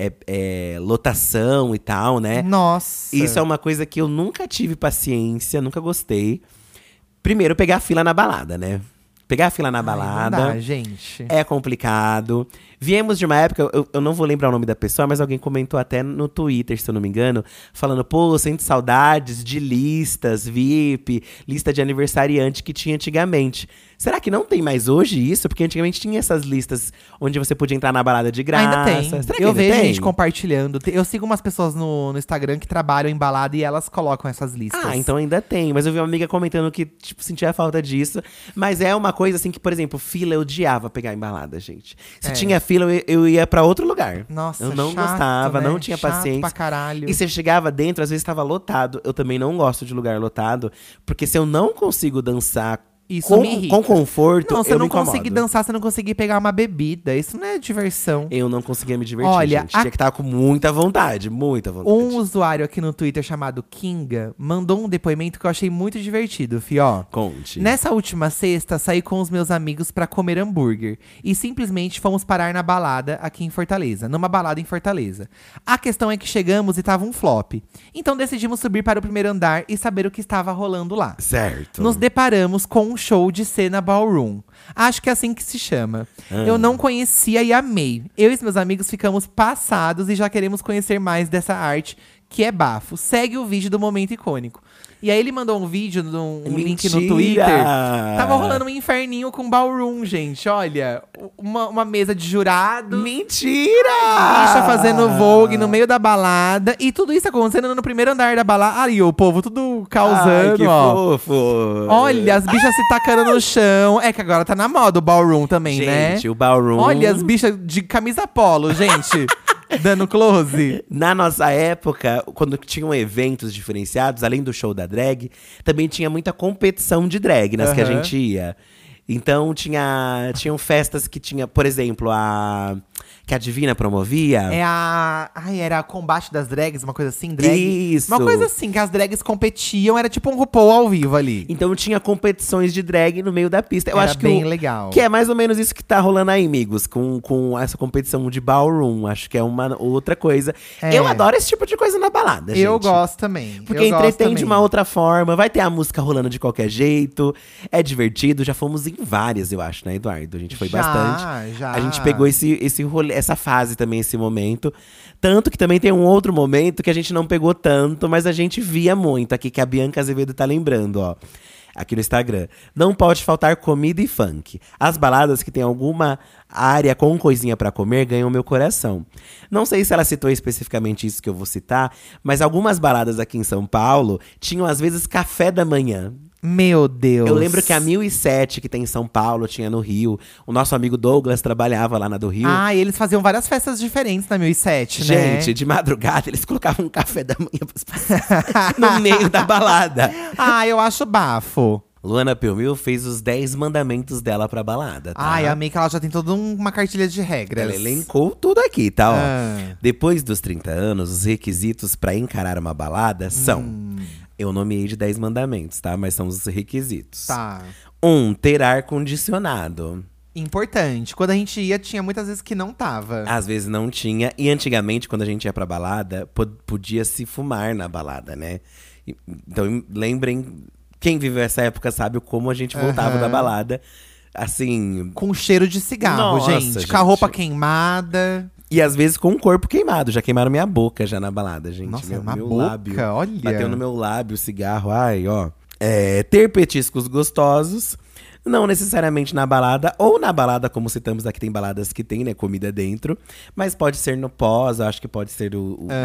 lotação e tal, né? Nossa. Isso é uma coisa que eu nunca tive paciência, nunca gostei. Primeiro, pegar fila na balada, né? Pegar a fila na balada Não dá, gente. é complicado. Viemos de uma época, eu não vou lembrar o nome da pessoa, mas alguém comentou até no Twitter, se eu não me engano, falando, pô, sente saudades de listas VIP, lista de aniversariante que tinha antigamente. Será que não tem mais hoje isso? Porque antigamente tinha essas listas onde você podia entrar na balada de graça. Ainda tem. Será que Eu ainda vejo tem? gente compartilhando. Eu sigo umas pessoas no Instagram que trabalham em balada e elas colocam essas listas. Ah, então ainda tem. Mas eu vi uma amiga comentando que, tipo, sentia falta disso. Mas é uma coisa assim que, por exemplo, fila eu odiava pegar em balada, gente. Se tinha fila, eu ia pra outro lugar. Nossa, eu não chato, gostava, né? não tinha Chato paciência. pra caralho. E você chegava dentro, às vezes estava lotado. Eu também não gosto de lugar lotado. Porque se eu não consigo dançar Isso me irrita. com conforto, Não, você eu não me incomodo. conseguir dançar, você não conseguir pegar uma bebida. Isso não é diversão. Eu não conseguia me divertir, Olha, gente. Tinha que estar com muita vontade, muita vontade. Um usuário aqui no Twitter chamado Kinga mandou um depoimento que eu achei muito divertido, fi, ó. Conte. Nessa última sexta, saí com os meus amigos pra comer hambúrguer. E simplesmente fomos parar na balada aqui em Fortaleza. Numa balada em Fortaleza. A questão é que chegamos e tava um flop. Então decidimos subir para o primeiro andar e saber o que estava rolando lá. Certo. Nos deparamos com um show de cena ballroom. Acho que é assim que se chama. Eu não conhecia e amei. Eu e meus amigos ficamos passados e já queremos conhecer mais dessa arte, que é bafo. Segue o vídeo do momento icônico. E aí ele mandou um vídeo, um link no Twitter. Tava rolando um inferninho com ballroom, gente. Olha, uma mesa de jurado. Mentira! Bicha fazendo vogue no meio da balada. E tudo isso acontecendo no primeiro andar da balada. Aí o povo tudo causando, Ai, que ó. fofo! Olha, as bichas se tacando no chão. É que agora tá na moda o ballroom também, né? Gente, o ballroom… Olha, as bichas de camisa polo, gente. Dando close. Na nossa época, quando tinham eventos diferenciados, além do show da drag, também tinha muita competição de drag nas que a gente ia. Então tinham festas que tinha, por exemplo, que a Divina promovia. Era combate das drags, uma coisa assim, drag. Isso. Uma coisa assim, que as drags competiam, era tipo um RuPaul ao vivo ali. Então tinha competições de drag no meio da pista. Eu Era acho que bem legal. Que é mais ou menos isso que tá rolando aí, amigos, com essa competição de ballroom. Acho que é uma outra coisa. Eu adoro esse tipo de coisa na balada, gente. Eu gosto também. Porque entretém de uma outra forma, vai ter a música rolando de qualquer jeito, é divertido. Já fomos em várias, eu acho, né, Eduardo? A gente foi bastante. Já. A gente pegou esse rolê, essa fase também, esse momento. Tanto que também tem um outro momento que a gente não pegou tanto, mas a gente via muito aqui, que a Bianca Azevedo tá lembrando, ó. Aqui no Instagram. Não pode faltar comida e funk. As baladas que tem alguma área com coisinha pra comer ganham meu coração. Não sei se ela citou especificamente isso que eu vou citar, mas algumas baladas aqui em São Paulo tinham às vezes café da manhã. Meu Deus. Eu lembro que a 1007, que tem em São Paulo, tinha no Rio. O nosso amigo Douglas trabalhava lá na do Rio. Ah, e eles faziam várias festas diferentes na 1007, né? Gente, de madrugada, eles colocavam um café da manhã pras pessoas no meio da balada. Ah, eu acho bafo. Luana Pelmil fez os 10 mandamentos dela pra balada, tá? Ai, amei que ela já tem toda uma cartilha de regras. Ela elencou tudo aqui, tá? Ó. Ah. Depois dos 30 anos, os requisitos pra encarar uma balada são… Eu nomeei de 10 mandamentos, tá? Mas são os requisitos. Tá. 1. Ter ar-condicionado. Importante. Quando a gente ia, tinha muitas vezes que não tava. Às vezes não tinha. E antigamente, quando a gente ia pra balada, podia se fumar na balada, né? Então, lembrem… Quem viveu essa época sabe como a gente voltava da balada. Assim… Com cheiro de cigarro, Nossa, gente. Com a roupa queimada. E às vezes com o corpo queimado. Já queimaram minha boca já na balada, gente. Nossa, meu boca, lábio. olha. Bateu no meu lábio o cigarro. Ai, ó. Ter petiscos gostosos. Não necessariamente na balada, ou na balada, como citamos aqui, tem baladas que tem, né, comida dentro. Mas pode ser no pós, eu acho que pode ser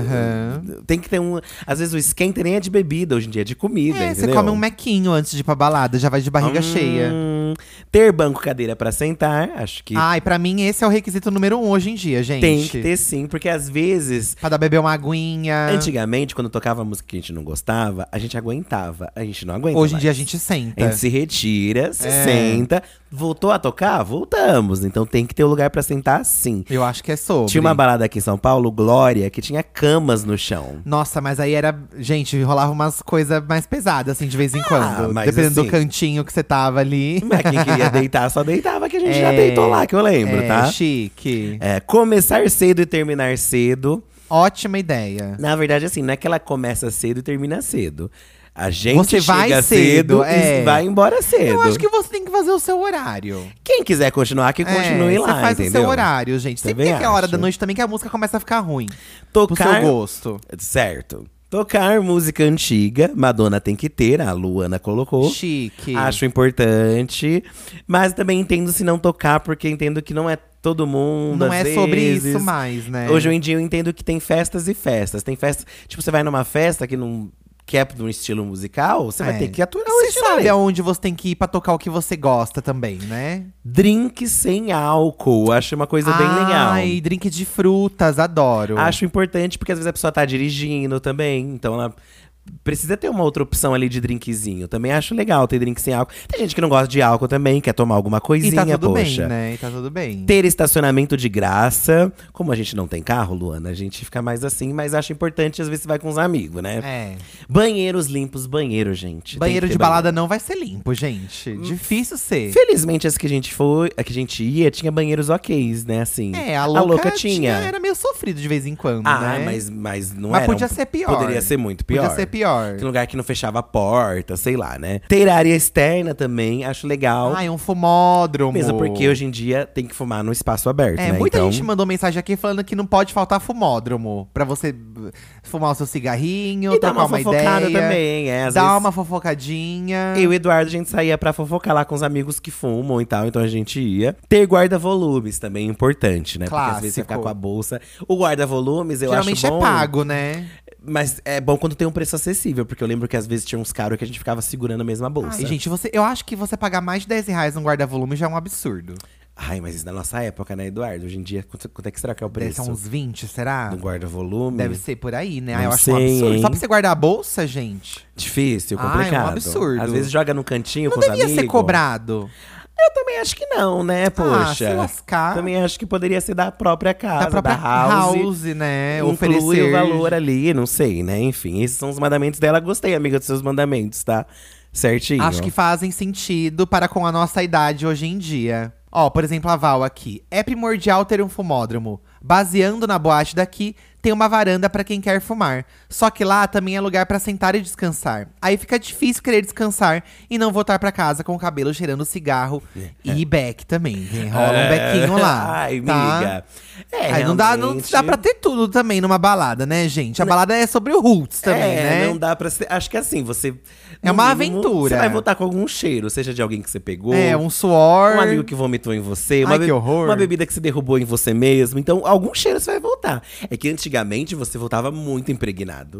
tem que ter um… Às vezes o esquenta nem é de bebida, hoje em dia é de comida, entendeu? Você come um mequinho antes de ir pra balada, já vai de barriga cheia. Ter banco, cadeira pra sentar, acho que… Ai, pra mim esse é o requisito número 1 hoje em dia, gente. Tem que ter sim, porque às vezes… Pra dar beber uma aguinha. Antigamente, quando tocava música que a gente não gostava, a gente aguentava. A gente não aguenta Hoje em mais. dia a gente senta. A gente se retira, se senta. Voltou a tocar? Voltamos. Então tem que ter um lugar pra sentar, sim. Eu acho que é sobre. Tinha uma balada aqui em São Paulo, Glória, que tinha camas no chão. Nossa, mas aí era… Gente, rolava umas coisas mais pesadas, assim, de vez em quando. mas Dependendo assim, do cantinho que você tava ali. Mas quem queria deitar, só deitava, que a gente já deitou lá, que eu lembro, tá? Chique. Começar cedo e terminar cedo. Ótima ideia. Na verdade, assim, não é que ela começa cedo e termina cedo. A gente Você vai chega cedo, e vai embora cedo. Eu acho que você tem que fazer o seu horário. Quem quiser continuar, que continue lá, você faz entendeu? o seu horário, gente. Sempre Também tem aquela hora acho. da noite também que a música começa a ficar ruim. Tocar… Pro seu gosto. Certo. Tocar música antiga, Madonna tem que ter, a Luana colocou. Chique. Acho importante. Mas também entendo se não tocar, porque entendo que não é todo mundo, Não às é sobre vezes. isso mais, né? Hoje em dia eu entendo que tem festas e festas. Tem festas… Tipo, você vai numa festa que não… Que é de um estilo musical, você vai ter que aturar o Você estilo sabe ali. aonde você tem que ir pra tocar o que você gosta também, né? Drink sem álcool, acho uma coisa bem legal. Ai, drink de frutas, adoro. Acho importante, porque às vezes a pessoa tá dirigindo também, então ela precisa ter uma outra opção ali de drinkzinho. Também acho legal ter drink sem álcool. Tem gente que não gosta de álcool também, quer tomar alguma coisinha, E tá tudo poxa. bem, né? E tá tudo bem. Ter estacionamento de graça. Como a gente não tem carro, Luana, a gente fica mais assim, mas acho importante, às vezes você vai com os amigos, né? Banheiros limpos, banheiro, gente. Banheiro de balada não vai ser limpo, gente. Difícil ser. Felizmente, as que a gente foi, a que a gente ia, tinha banheiros ok, né? Assim. A louca tinha. Era meio sofrido de vez em quando, né? mas não Mas era. podia ser pior. Poderia ser muito pior. Podia ser pior. Tem lugar que não fechava a porta, sei lá, né? Ter área externa também, acho legal. Ai, um fumódromo. Mesmo porque hoje em dia tem que fumar no espaço aberto, né? Muita então… gente mandou mensagem aqui falando que não pode faltar fumódromo. Pra você fumar o seu cigarrinho, E dar trocar uma uma fofocada ideia. também, às Dar vezes… uma fofocadinha. Eu e o Eduardo, a gente saía pra fofocar lá com os amigos que fumam e tal, então a gente ia. Ter guarda-volumes também é importante, né? Porque às vezes você fica com a bolsa… O guarda-volumes, eu Geralmente acho bom… é pago, né? Mas é bom quando tem um preço acessível, porque eu lembro que às vezes tinha uns caros que a gente ficava segurando a mesma bolsa. Ai, gente, eu acho que você pagar mais de R$10 num guarda-volume já é um absurdo. Ai, mas isso na nossa época, né, Eduardo? Hoje em dia, quanto é que será que é o Deve preço? ser uns 20, será? Do guarda-volume? Deve ser por aí, né? Não Eu acho sei, um absurdo. hein? Só pra você guardar a bolsa, gente? Difícil, Ai, complicado. é um absurdo. Às vezes joga no cantinho Não com os devia amigos. ser cobrado. Eu também acho que não, né, poxa. se lascar. Também acho que poderia ser da própria casa, Da própria house, né? Inclui Oferecer o valor ali, não sei, né? Enfim, esses são os mandamentos dela. Gostei, amiga, dos seus mandamentos, tá? Certinho. Acho que fazem sentido para com a nossa idade hoje em dia. Ó, por exemplo, a Val aqui. É primordial ter um fumódromo. Baseando na boate daqui, tem uma varanda para quem quer fumar. Só que lá também é lugar para sentar e descansar. Aí fica difícil querer descansar e não voltar para casa com o cabelo cheirando cigarro e beck também. Rola um bequinho lá. Ai, tá? amiga. Aí não dá pra ter tudo também numa balada, né, gente? A balada é sobre o roots também, né? Não dá pra ser… Acho que assim, você… É uma aventura. Você vai voltar com algum cheiro, seja de alguém que você pegou. Um suor. Um amigo que vomitou em você. Ai, que horror. Uma bebida que você derrubou em você mesmo. Então, algum cheiro você vai voltar. É que antigamente você voltava muito impregnado.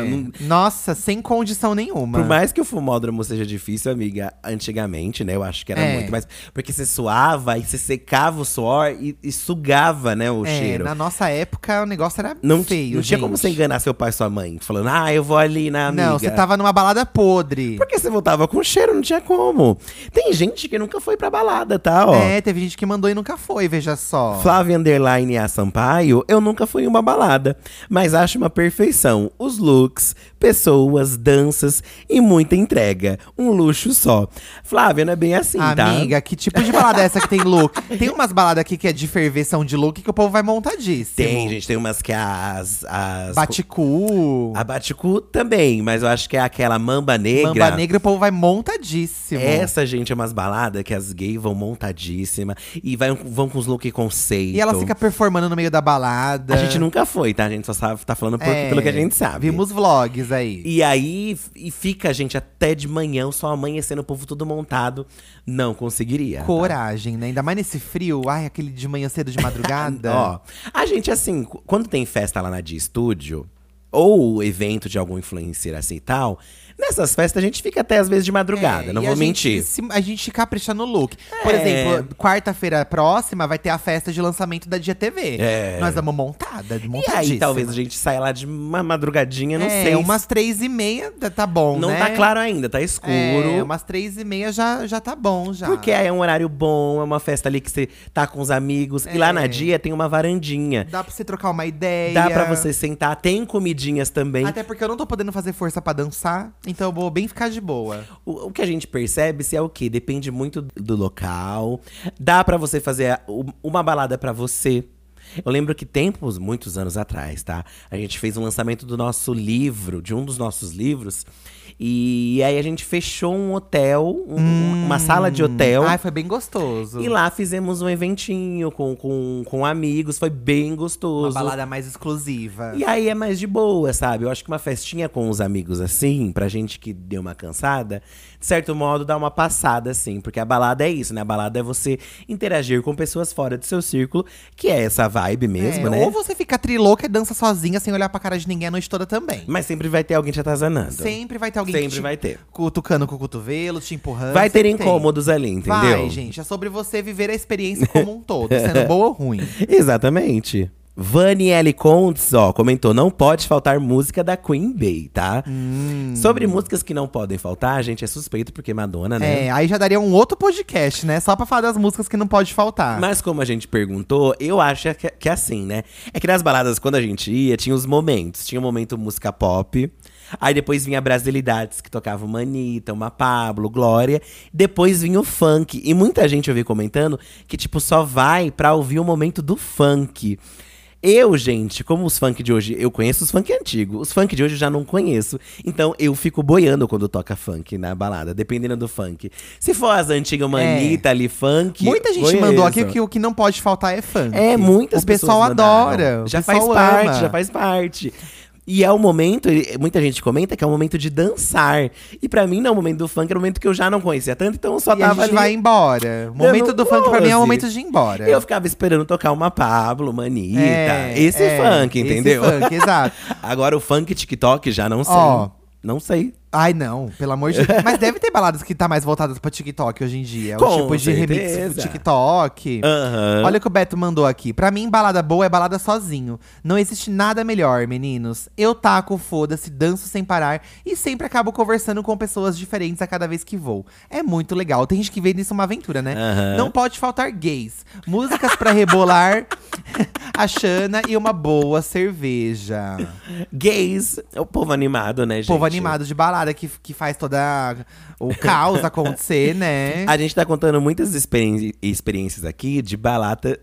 Nossa, sem condição nenhuma. Por mais que o fumódromo seja difícil, amiga, antigamente, né? Eu acho que era muito mais… Porque você suava e você secava o suor e sugava, né, o cheiro. Na nossa época o negócio era feio, Não tinha como você enganar seu pai e sua mãe. Falando, eu vou ali na amiga. Não, você tava numa balada podre. Porque você voltava com cheiro, não tinha como. Tem gente que nunca foi pra balada, tá? Ó. Teve gente que mandou e nunca foi, veja só. Flávia _A Sampaio, eu nunca fui em uma balada. balada, mas acho uma perfeição. Os looks, pessoas, danças e muita entrega. Um luxo só. Flávia, não é bem assim, tá? Amiga, que tipo de balada é essa que tem look? Tem umas baladas aqui que é de ferveção de look que o povo vai montadíssimo. Tem, gente, tem umas que Baticu. A Baticu também, mas eu acho que é aquela Mamba Negra. Mamba Negra, o povo vai montadíssimo. Essa, gente, é umas baladas que as gays vão montadíssima e vão com os look conceito. E ela fica performando no meio da balada. A gente nunca foi, tá? A gente só tá falando pelo que a gente sabe. Vimos vlogs aí. E aí, fica, gente, até de manhã, só amanhecendo, o povo tudo montado. Não conseguiria. Tá? Coragem, né? Ainda mais nesse frio. Ai, aquele de manhã cedo de madrugada. Ó, a gente, assim, quando tem festa lá na Dia-Studio, ou evento de algum influencer assim e tal, nessas festas a gente fica até às vezes de madrugada, não vou mentir. A gente capricha no look. Por exemplo, quarta-feira próxima vai ter a festa de lançamento da Dia TV. Nós vamos montadíssima. E aí talvez a gente saia lá de uma madrugadinha, não sei. Umas 3h30 tá bom, não né? Não tá claro ainda, tá escuro. Umas 3h30 já tá bom, já. Porque aí é um horário bom, é uma festa ali que você tá com os amigos. E lá na Dia tem uma varandinha. Dá pra você trocar uma ideia. Dá pra você sentar, tem comidinhas também. Até porque eu não tô podendo fazer força pra dançar, então eu vou bem ficar de boa. O que a gente percebe se é o quê? Depende muito do local. Dá pra você fazer uma balada pra você. Eu lembro que muitos anos atrás, tá? A gente fez um lançamento do nosso livro, de um dos nossos livros. E aí a gente fechou um hotel, uma sala de hotel. Ai, foi bem gostoso. E lá fizemos um eventinho com amigos, foi bem gostoso. Uma balada mais exclusiva. E aí é mais de boa, sabe? Eu acho que uma festinha com os amigos assim, pra gente que deu uma cansada, de certo modo dá uma passada assim. Porque a balada é isso, né? A balada é você interagir com pessoas fora do seu círculo, que é essa vibe mesmo, né? Ou você fica trilouca e dança sozinha, sem olhar pra cara de ninguém a noite toda também. Mas sempre vai ter alguém te atazanando. Sempre vai ter alguém Sempre vai ter. Cutucando com o cotovelo, te empurrando. Vai ter incômodos ali, entendeu? Vai, gente. É sobre você viver a experiência como um todo, sendo boa ou ruim. Exatamente. Vani L. Contes, comentou: não pode faltar música da Queen Bey, tá? Sobre músicas que não podem faltar, a gente é suspeito porque Madonna, né? Aí já daria um outro podcast, né? Só pra falar das músicas que não pode faltar. Mas como a gente perguntou, eu acho que é assim, né? É que nas baladas, quando a gente ia, tinha os momentos. Tinha o momento música pop. Aí depois vinha Brasilidades, que tocava uma Anitta, uma Pablo, Glória. Depois vinha o funk. E muita gente eu vi comentando que, tipo, só vai pra ouvir o momento do funk. Eu, gente, como os funk de hoje, eu conheço os funk antigos. Os funk de hoje eu já não conheço. Então eu fico boiando quando toca funk na balada, dependendo do funk. Se for as antigas Anitta ali, funk. Muita gente mandou aqui que o que não pode faltar é funk. Muitas pessoas. O pessoal adora. Já faz parte, já faz parte. E é o momento, muita gente comenta que é o momento de dançar. E pra mim, não, o momento do funk era o momento que eu já não conhecia tanto, então eu só tava ali. Vai embora. O momento do funk pra mim é o momento de ir embora. Eu ficava esperando tocar uma Pablo, uma Anitta. Esse funk, entendeu? Esse funk, exato. Agora o funk TikTok já não sei. Não sei. Ai, não, pelo amor de Deus. Mas deve ter baladas que tá mais voltadas pra TikTok hoje em dia. Com o tipo de certeza. remix do TikTok. Olha o que o Beto mandou aqui. Pra mim, balada boa é balada sozinho. Não existe nada melhor, meninos. Eu taco, foda-se, danço sem parar. E sempre acabo conversando com pessoas diferentes a cada vez que vou. É muito legal. Tem gente que vê nisso uma aventura, né? Não pode faltar gays. Músicas pra rebolar, a Xana e uma boa cerveja. Gays, é o povo animado, né, gente? Povo animado de balada. Que faz toda o caos acontecer, né? A gente tá contando muitas experiências aqui de baladas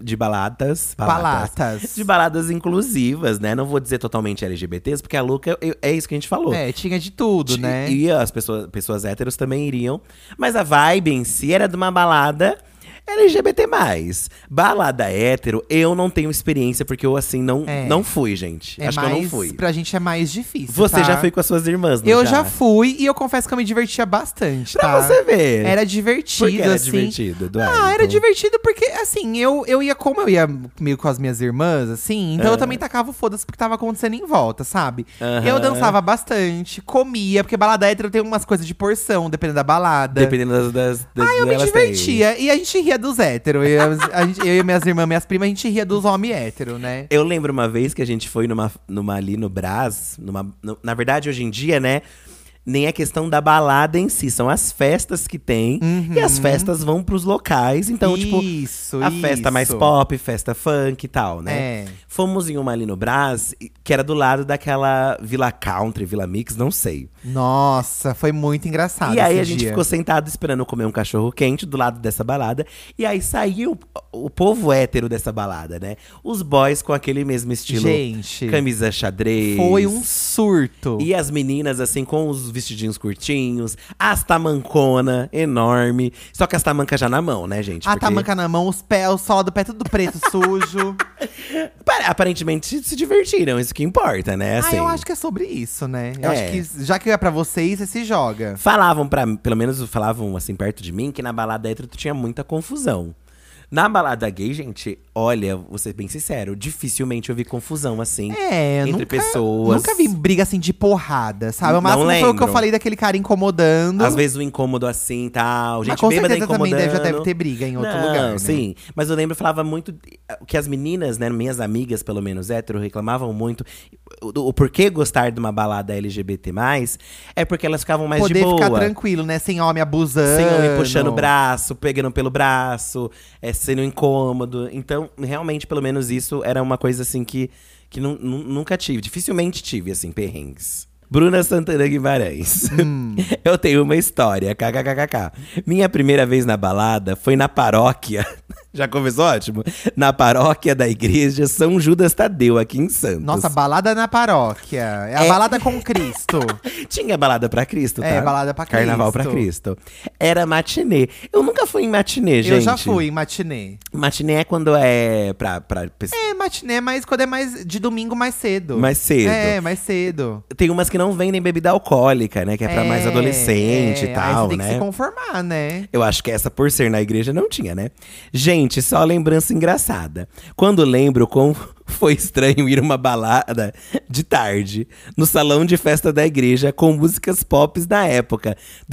inclusivas, né? Não vou dizer totalmente LGBTs, porque a Luca é isso que a gente falou. Tinha de tudo, né? E as pessoas héteros também iriam. Mas a vibe em si era de uma balada LGBT+. Balada hétero, eu não tenho experiência, porque eu, assim, não fui, gente. Acho que eu não fui. Pra gente é mais difícil, Você já foi com as suas irmãs, não? Eu já fui, e eu confesso que eu me divertia bastante, Pra você ver. Era divertido, Por que era assim. divertido, Eduardo? Era divertido porque, assim, eu ia… Como eu ia meio com as minhas irmãs, assim… Então eu também tacava o foda-se porque tava acontecendo em volta, sabe? Eu dançava bastante, comia. Porque balada hétero tem umas coisas de porção, dependendo da balada. Dependendo das eu me divertia. E a gente ria dos héteros. Eu e minhas irmãs, minhas primas, a gente ria dos homens héteros, né? Eu lembro uma vez que a gente foi numa ali no Brás. Na verdade, hoje em dia, né? nem a questão da balada em si. São as festas que tem. E as festas vão pros locais. Então, tipo, a festa mais pop, festa funk e tal, né? É. Fomos em uma ali no Brás, que era do lado daquela Vila Country, Vila Mix, não sei. Nossa, foi muito engraçado E aí esse a gente dia. ficou sentado esperando comer um cachorro quente do lado dessa balada. E aí saiu o povo hétero dessa balada, né? Os boys com aquele mesmo estilo. Gente, Camisa xadrez. foi um surto. E as meninas, assim, com os vestidinhos curtinhos. As tamancona, enorme. Só que as tamancas já na mão, né, gente? A Porque tamanca na mão, os pés, o sola do pé tudo preto, sujo. aparentemente se divertiram, isso que importa, né? Assim, Eu acho que é sobre isso, né? Eu É. acho que já que é pra vocês, você se joga. Falavam pelo menos falavam assim perto de mim, que na balada hétero tinha muita confusão. Na balada gay, gente, olha, vou ser bem sincero, dificilmente eu vi confusão assim entre pessoas. Nunca vi briga assim de porrada, sabe? O máximo foi o que eu lembro. falei daquele cara incomodando. Às vezes o incômodo assim e tal, Mas gente com bêbada certeza também incomodando. já deve ter briga em outro Não, lugar, né? sim. Mas eu lembro, falava muito que as meninas, né, minhas amigas, pelo menos hétero, reclamavam muito. O porquê gostar de uma balada LGBT+, é porque elas ficavam mais Poder de boa. ficar tranquilo, né? Sem homem abusando. Sem homem puxando o braço, pegando pelo braço, sendo incômodo. Então, realmente, pelo menos isso era uma coisa assim que nunca tive. Dificilmente tive, assim, perrengues. Bruna Santana Guimarães. Eu tenho uma história, kkkk. Minha primeira vez na balada foi na paróquia. Já começou ótimo? Na paróquia da igreja São Judas Tadeu, aqui em Santos. Nossa, balada na paróquia. É a balada com Cristo. Tinha balada pra Cristo, tá? É, balada pra Cristo. Carnaval pra Cristo. Era matinê. Eu nunca fui em matinê, gente. Eu já fui em matinê. Matinê é quando é pra É, matinê, mas quando é mais de domingo mais cedo. mais cedo. É, mais cedo. Tem umas que não vendem bebida alcoólica, né? Que é pra mais adolescente e Aí tal, você tem né? que se conformar, né? Eu acho que essa, por ser na igreja, não tinha, né? Gente, só lembrança engraçada. Quando lembro como foi estranho ir a uma balada de tarde, no salão de festa da igreja, com músicas pop da época.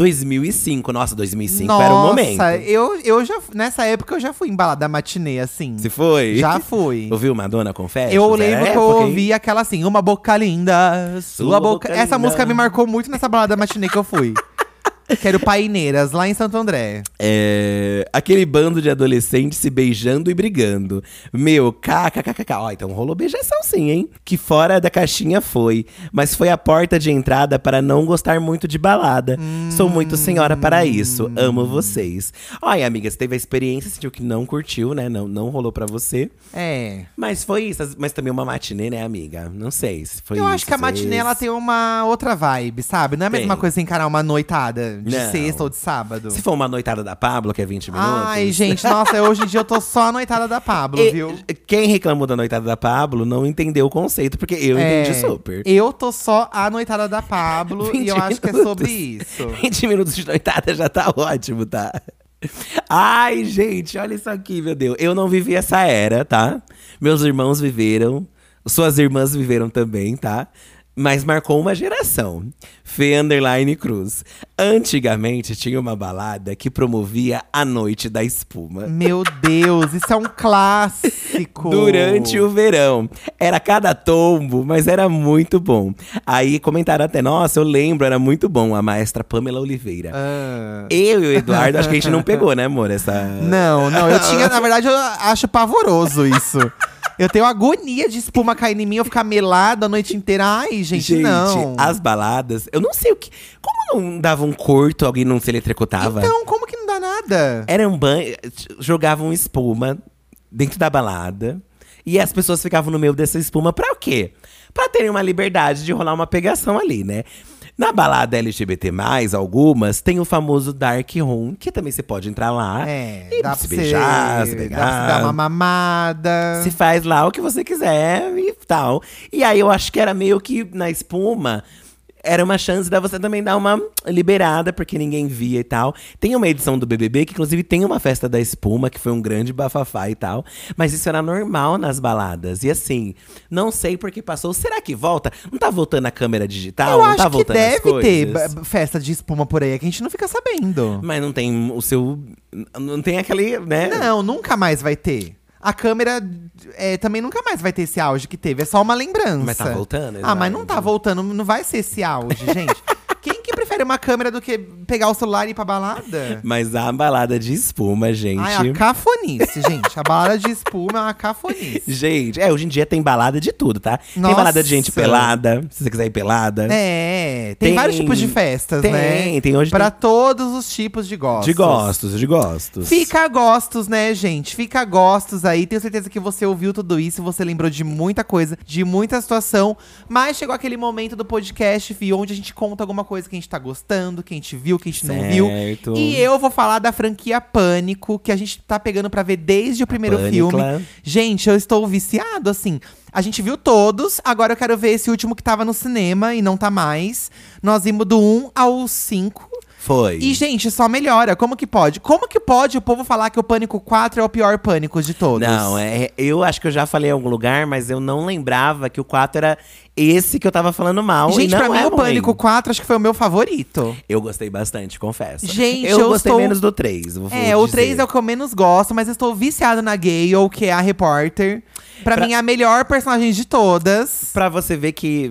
2005. Nossa, 2005 era o momento. Nossa, eu já… Nessa época eu já fui em balada matinê, assim. Se foi? Já fui. Ouviu Madonna Confessions? Eu Era lembro que eu época, hein? ouvi aquela assim, uma boca linda, sua boca… Essa linda. música me marcou muito nessa balada matinê que eu fui. Quero Paineiras, lá em Santo André. Aquele bando de adolescentes se beijando e brigando. Meu, kkkk. Ó, então rolou beijação sim, hein? Que fora da caixinha foi. Mas foi a porta de entrada para não gostar muito de balada. Sou muito senhora para isso. Amo vocês. Olha, amiga, você teve a experiência, sentiu que não curtiu, né? Não rolou pra você. É. Mas foi isso. Mas também uma matinê, né, amiga? Não sei se foi Eu isso. acho que a matinê, ela tem uma outra vibe, sabe? Não é a mesma Tem. coisa você encarar uma noitada de Não. sexta ou de sábado. Se for uma noitada da Pablo, que é 20 minutos… Ai, gente, nossa, hoje em dia eu tô só a noitada da Pablo, viu? Quem reclamou da noitada da Pablo não entendeu o conceito, porque eu entendi super. Eu tô só a noitada da Pablo e 20 eu acho que é minutos. sobre isso. 20 minutos de noitada já tá ótimo, tá? Ai, gente, olha isso aqui, meu Deus. Eu não vivi essa era, tá? Meus irmãos viveram. Suas irmãs viveram também, tá? Mas marcou uma geração. Fê Underline Cruz. Antigamente tinha uma balada que promovia a Noite da Espuma. Meu Deus, isso é um clássico. Durante o verão. Era cada tombo, mas era muito bom. Aí comentaram até, nossa, eu lembro, era muito bom. A maestra Pamela Oliveira. Ah. Eu e o Eduardo, acho que a gente não pegou, né, amor? Não, eu tinha, na verdade, eu acho pavoroso isso. Eu tenho agonia de espuma cair em mim, eu ficar melada a noite inteira. Ai, gente, não. As baladas, eu não sei o que… Como não dava um corto, alguém não se eletrocutava? Então, como que não dá nada? Era um banho… Jogavam espuma dentro da balada. E as pessoas ficavam no meio dessa espuma pra o quê? Pra terem uma liberdade de rolar uma pegação ali, né? Na balada LGBT+, algumas, tem o famoso Dark Room, que também você pode entrar lá e dá se pra beijar, você, se pegar. dá pra você dar uma mamada. Se faz lá o que você quiser e tal. E aí eu acho que era meio que na espuma… Era uma chance de você também dar uma liberada, porque ninguém via e tal. Tem uma edição do BBB, que inclusive tem uma festa da espuma, que foi um grande bafafá e tal. Mas isso era normal nas baladas. E assim, não sei por que passou. Será que volta? Não tá voltando a câmera digital? Eu Não acho tá que voltando as deve ter coisas? festa de espuma por aí, é que a gente não fica sabendo. Mas não tem o seu… Não tem aquele, né? Não, nunca mais vai ter. A câmera também nunca mais vai ter esse auge que teve. É só uma lembrança. Mas tá voltando, Ah, mas não Eduardo. tá voltando. Não vai ser esse auge, gente. Quem que prefere uma câmera do que pegar o celular e ir pra balada? Mas a balada de espuma, gente. Ai, a cafonice, gente. A balada de espuma é uma cafonice. Gente, hoje em dia tem balada de tudo, tá? Nossa. Tem balada de gente pelada, se você quiser ir pelada. Tem vários tipos de festas, né? Tem hoje. Pra todos os tipos de gostos. De gostos. Fica a gostos, né, gente? Fica a gostos aí. Tenho certeza que você ouviu tudo isso, você lembrou de muita coisa, de muita situação. Mas chegou aquele momento do podcast, Fih, onde a gente conta alguma coisa que a gente tá gostando, que a gente viu, que a gente não viu. E eu vou falar da franquia Pânico, que a gente tá pegando pra ver desde o primeiro filme. Gente, eu estou viciado, assim. A gente viu todos, agora eu quero ver esse último que tava no cinema e não tá mais. Nós vimos do 1 ao 5. Foi. E, gente, só melhora. Como que pode? Como que pode o povo falar que o Pânico 4 é o pior Pânico de todos? Não, eu acho que eu já falei em algum lugar, mas eu não lembrava que o 4 era esse que eu tava falando mal. Gente, e não pra mim é o ruim. Pânico 4 acho que foi o meu favorito. Eu gostei bastante, confesso. Gente, eu gostei menos do 3. O 3 é o que eu menos gosto, mas eu estou viciado na Gale, que é a repórter. Pra mim, é a melhor personagem de todas. Pra você ver que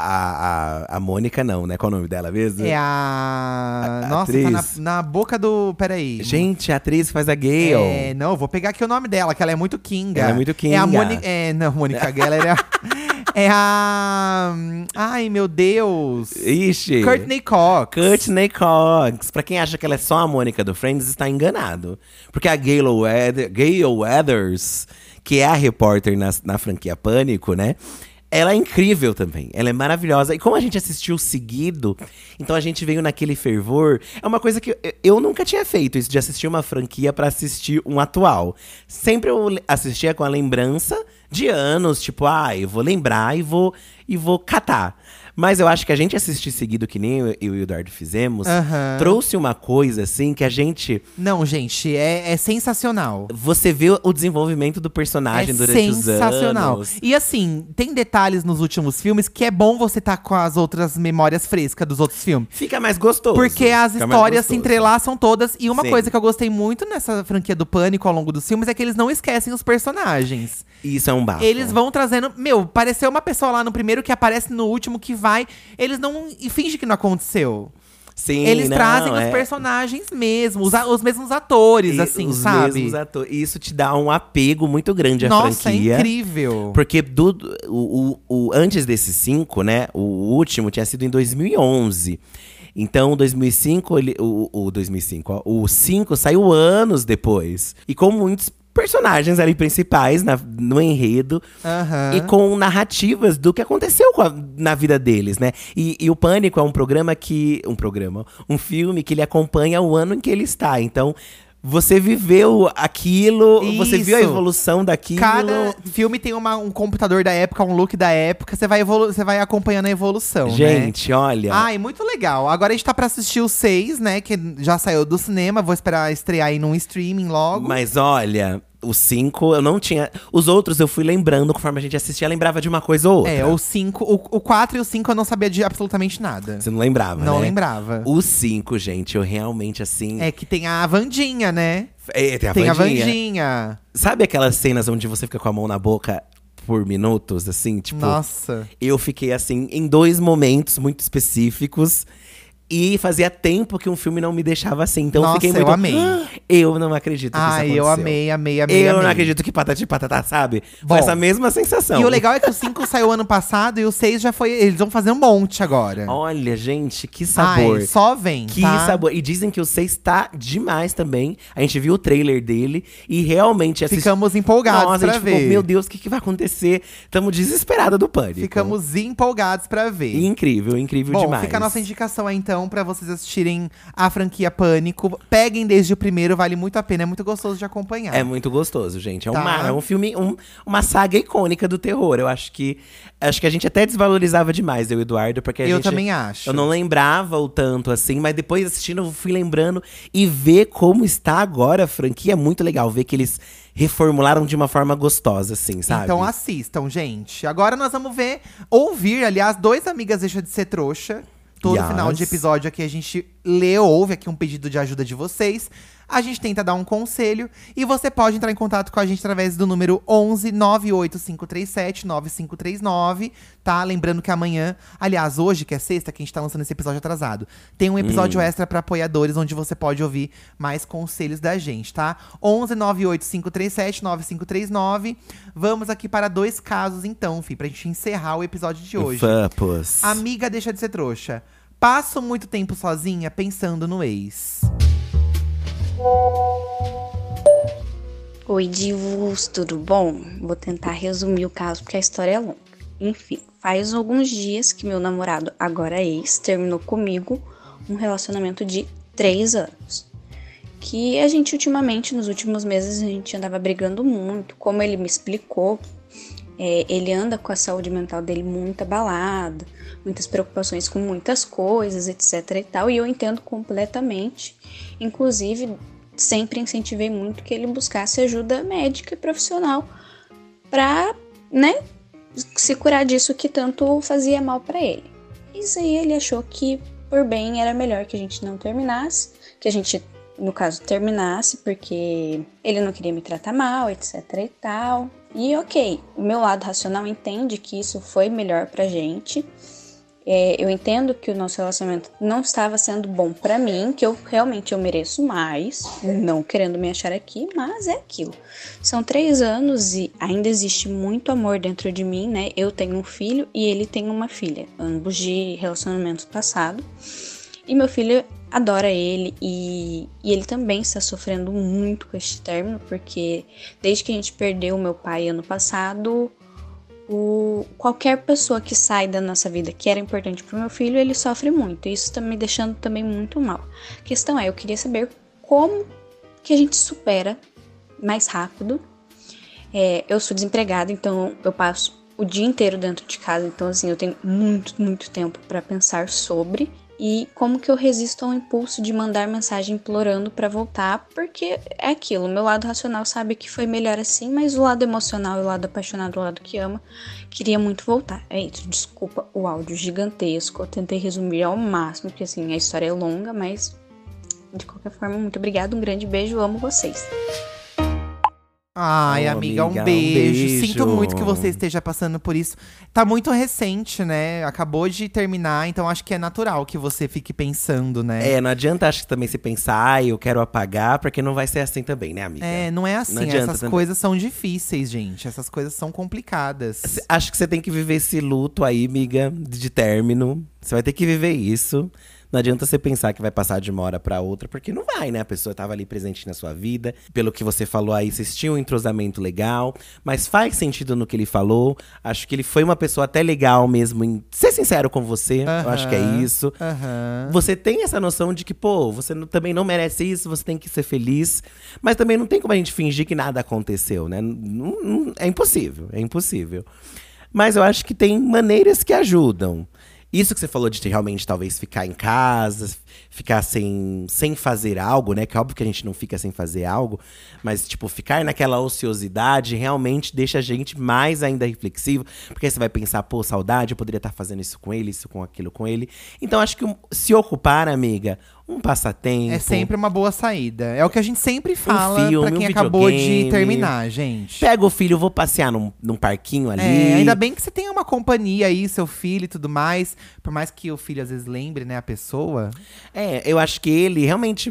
a Mônica não, né? Qual é o nome dela mesmo? É a… Nossa, atriz. tá na boca do… Peraí. Gente, a atriz que faz a Gale. Não, eu vou pegar aqui o nome dela, que ela é muito kinga. Ela é muito kinga. É a Mônica… não, Mônica Geller é a… Ai, meu Deus. Ixi. Courtney Cox. Courtney Cox. Pra quem acha que ela é só a Mônica do Friends, está enganado. Porque a Gale Weathers, que é a repórter na franquia Pânico, né? Ela é incrível também. Ela é maravilhosa. E como a gente assistiu seguido, então a gente veio naquele fervor. É uma coisa que eu nunca tinha feito, isso de assistir uma franquia pra assistir um atual. Sempre eu assistia com a lembrança de anos, tipo, eu vou lembrar e vou catar. Mas eu acho que a gente assistir seguido, que nem eu e o Eduardo fizemos, trouxe uma coisa, assim, que a gente… Não, gente, é sensacional. Você vê o desenvolvimento do personagem durante os anos. Sensacional. E assim, tem detalhes nos últimos filmes que é bom você estar com as outras memórias frescas dos outros filmes. Fica mais gostoso. Porque as histórias se entrelaçam todas. E uma Sim. coisa que eu gostei muito nessa franquia do Pânico ao longo dos filmes é que eles não esquecem os personagens. Isso é um bafo. Eles vão trazendo… pareceu uma pessoa lá no primeiro que aparece no último que vai… Eles não… E finge que não aconteceu. Sim, Eles trazem os personagens mesmo, os mesmos atores, assim, sabe? Os mesmos atores. E isso te dá um apego muito grande à franquia. franquia. Nossa, é incrível. Porque antes desses 5, né? O último tinha sido em 2011. Então, 2005, o 5 saiu anos depois. E com muitos personagens ali principais no enredo. E com narrativas do que aconteceu na vida deles, né? E o Pânico é um filme que ele acompanha o ano em que ele está. Então, você viveu aquilo, você viu a evolução daquilo. Cada filme tem um computador da época, um look da época. Você vai acompanhando a evolução, gente, né? olha… Ai, muito legal. Agora a gente tá pra assistir o 6, né? Que já saiu do cinema. Vou esperar estrear aí num streaming logo. Mas olha… O 5, eu não tinha… Os outros eu fui lembrando, conforme a gente assistia, lembrava de uma coisa ou outra. O 5… O 4 e o 5 eu não sabia de absolutamente nada. Você não lembrava, né? Não lembrava. O 5, gente, eu realmente, assim… É que tem a Wandinha, né? Tem a Wandinha. Sabe aquelas cenas onde você fica com a mão na boca por minutos, assim? Tipo, nossa. Eu fiquei assim, em 2 momentos muito específicos. E fazia tempo que um filme não me deixava assim. Então eu fiquei muito… eu amei. Eu não acredito que isso aconteceu. Eu amei. Eu não acredito que Patati Patatá, sabe? Foi essa mesma sensação. E o legal é que o 5 saiu ano passado e o 6 já foi… Eles vão fazer um monte agora. Olha, gente, que sabor. Só vem, Que sabor. E dizem que o 6 tá demais também. A gente viu o trailer dele e realmente… Ficamos empolgados pra ver. Ficou, meu Deus, o que vai acontecer? Tamo desesperados do Pânico. Ficamos empolgados pra ver. Incrível demais. Fica a nossa indicação aí, então, pra vocês assistirem a franquia Pânico. Peguem desde o primeiro, vale muito a pena. É muito gostoso de acompanhar. É muito gostoso, gente. É um filme, uma saga icônica do terror. Eu acho que a gente até desvalorizava demais, eu e o Eduardo, porque eu também acho. Eu não lembrava o tanto, assim, mas depois assistindo, eu fui lembrando. E ver como está agora a franquia é muito legal. Ver que eles reformularam de uma forma gostosa, assim, sabe? Então assistam, gente. Agora nós vamos ouvir, aliás, 2 amigas deixa de ser trouxa. Todo final de episódio aqui a gente ouve aqui um pedido de ajuda de vocês. A gente tenta dar um conselho e você pode entrar em contato com a gente através do número 11 98537 9539, tá? Lembrando que amanhã, aliás, hoje, que é sexta, que a gente tá lançando esse episódio atrasado, tem um episódio extra pra apoiadores, onde você pode ouvir mais conselhos da gente, tá? 11 98537 9539. Vamos aqui para 2 casos, então, pra gente encerrar o episódio de hoje. Vamos. Amiga, deixa de ser trouxa. Passo muito tempo sozinha pensando no ex. Oi, divos, tudo bom? Vou tentar resumir o caso porque a história é longa. Enfim, faz alguns dias que meu namorado, agora ex, terminou comigo um relacionamento de 3 anos. Que a gente ultimamente, nos últimos meses, a gente andava brigando muito. Como ele me explicou, ele anda com a saúde mental dele muito abalada, muitas preocupações com muitas coisas, etc e tal. E eu entendo completamente. Inclusive, sempre incentivei muito que ele buscasse ajuda médica e profissional pra, se curar disso que tanto fazia mal pra ele. Isso aí ele achou que, por bem, era melhor que a gente não terminasse, que a gente, no caso, terminasse, porque ele não queria me tratar mal, etc e tal. E ok, o meu lado racional entende que isso foi melhor pra gente. Eu entendo que o nosso relacionamento não estava sendo bom pra mim, que eu mereço mais, não querendo me achar aqui, mas é aquilo. São 3 anos e ainda existe muito amor dentro de mim, né? Eu tenho um filho e ele tem uma filha, ambos de relacionamento passado. E meu filho adora ele e ele também está sofrendo muito com este término, porque desde que a gente perdeu o meu pai ano passado, qualquer pessoa que sai da nossa vida que era importante para o meu filho, ele sofre muito. E isso está me deixando também muito mal. A questão eu queria saber como que a gente supera mais rápido. Eu sou desempregada, então eu passo o dia inteiro dentro de casa. Então, assim, eu tenho muito tempo para pensar sobre. E como que eu resisto ao impulso de mandar mensagem implorando pra voltar, porque é aquilo, o meu lado racional sabe que foi melhor assim, mas o lado emocional e o lado apaixonado, o lado que ama, queria muito voltar. É isso, desculpa o áudio gigantesco, eu tentei resumir ao máximo, porque assim, a história é longa, mas de qualquer forma, muito obrigada, um grande beijo, amo vocês. Ai, amiga, um beijo. Sinto muito que você esteja passando por isso. Tá muito recente, né? Acabou de terminar, então acho que é natural que você fique pensando, né? Não adianta, acho que também se pensar, eu quero apagar, porque não vai ser assim também, né, amiga? Não é assim. Essas coisas são difíceis, gente. Essas coisas são complicadas. Acho que você tem que viver esse luto aí, amiga, de término. Você vai ter que viver isso. Não adianta você pensar que vai passar de uma hora pra outra, porque não vai, né? A pessoa tava ali presente na sua vida. Pelo que você falou aí, vocês tinham um entrosamento legal. Mas faz sentido no que ele falou. Acho que ele foi uma pessoa até legal mesmo em ser sincero com você. Eu acho que é isso. Você tem essa noção de que, você também não merece isso, você tem que ser feliz. Mas também não tem como a gente fingir que nada aconteceu, né? É impossível, é impossível. Mas eu acho que tem maneiras que ajudam. Isso que você falou de realmente talvez ficar em casa, ficar sem fazer algo, né? Que é óbvio que a gente não fica sem fazer algo. Mas, tipo, ficar naquela ociosidade realmente deixa a gente mais ainda reflexivo. Porque aí você vai pensar, saudade, eu poderia estar fazendo isso com ele, isso com aquilo com ele. Então, acho que se ocupar, amiga, um passatempo. É sempre uma boa saída. É o que a gente sempre fala pra quem acabou de terminar, gente. Pega o filho, vou passear num parquinho ali. Ainda bem que você tem uma companhia aí, seu filho e tudo mais. Por mais que o filho às vezes lembre, né, a pessoa. Eu acho que ele realmente…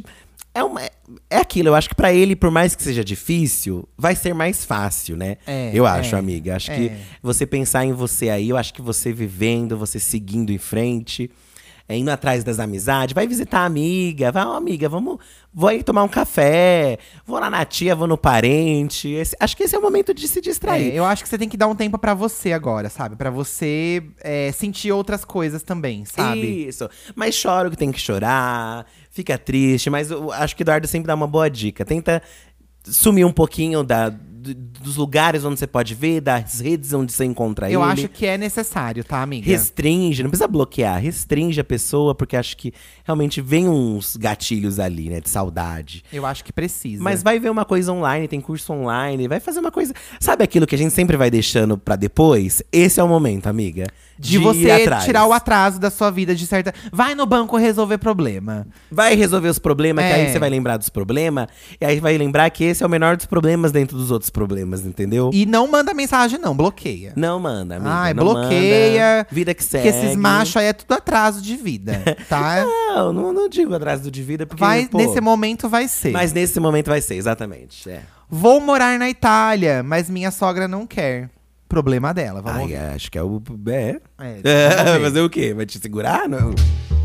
É aquilo, eu acho que pra ele, por mais que seja difícil, vai ser mais fácil, né? Eu acho, amiga. Acho que você pensar em você aí, eu acho que você vivendo, você seguindo em frente… indo atrás das amizades, vai visitar a amiga, amiga, vou aí tomar um café, vou lá na tia, vou no parente. Acho que esse é o momento de se distrair. Eu acho que você tem que dar um tempo pra você agora, sabe? Pra você sentir outras coisas também, sabe? Isso, mas chora o que tem que chorar, fica triste, mas eu acho que o Eduardo sempre dá uma boa dica. Tenta sumir um pouquinho dos lugares onde você pode ver, das redes onde você encontra ele. Eu acho que é necessário, tá, amiga? Restringe, não precisa bloquear. Restringe a pessoa, porque acho que realmente vem uns gatilhos ali, né, de saudade. Eu acho que precisa. Mas vai ver uma coisa online, tem curso online, vai fazer uma coisa… Sabe aquilo que a gente sempre vai deixando pra depois? Esse é o momento, amiga. De ir você atrás. tirar o atraso da sua vida de certa… Vai no banco resolver problema. Vai resolver os problemas, que É. aí você vai lembrar dos problemas. E aí vai lembrar que esse é o menor dos problemas dentro dos outros problemas, entendeu? E não manda mensagem não, bloqueia. Não manda, amiga. Ai, não bloqueia. Manda. Vida que segue. Porque esses machos aí é tudo atraso de vida, tá? Não digo atraso de vida, porque, Vai, pô, nesse momento vai ser. mas nesse momento vai ser, exatamente. É. Vou morar na Itália, mas minha sogra não quer. Problema dela, vamos Ai, ver. acho que é o… É. Vamos ver. Fazer o quê? Vai te segurar? Não.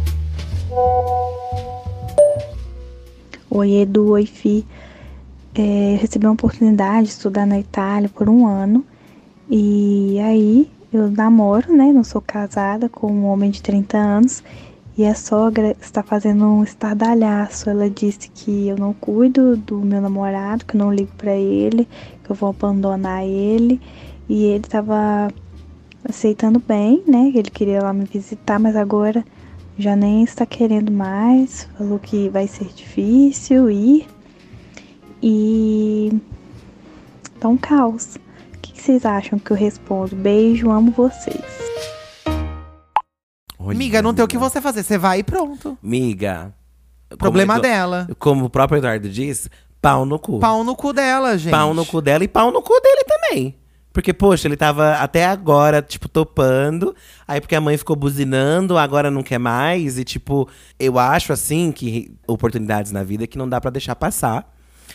Oi, Edu, oi, Fi. Eu recebi uma oportunidade de estudar na Itália por um ano. E aí, eu namoro, né? Não sou casada com um homem de 30 anos. E a sogra está fazendo um estardalhaço. Ela disse que eu não cuido do meu namorado, que eu não ligo pra ele, que eu vou abandonar ele. E ele estava aceitando bem, né? Ele queria lá me visitar, mas agora já nem está querendo mais. Falou que vai ser difícil ir. E tá um caos. O que vocês acham que eu respondo? Beijo, amo vocês. Olha, Amiga, não tem o que você fazer. Você vai e pronto. Amiga. Problema como, dela. Como o próprio Eduardo diz, pau no cu. Pau no cu dela, gente. Pau no cu dela e pau no cu dele também. Porque, poxa, ele tava até agora, tipo, topando. Aí porque a mãe ficou buzinando, agora não quer mais. E, tipo, eu acho, assim, que oportunidades na vida que não dá pra deixar passar.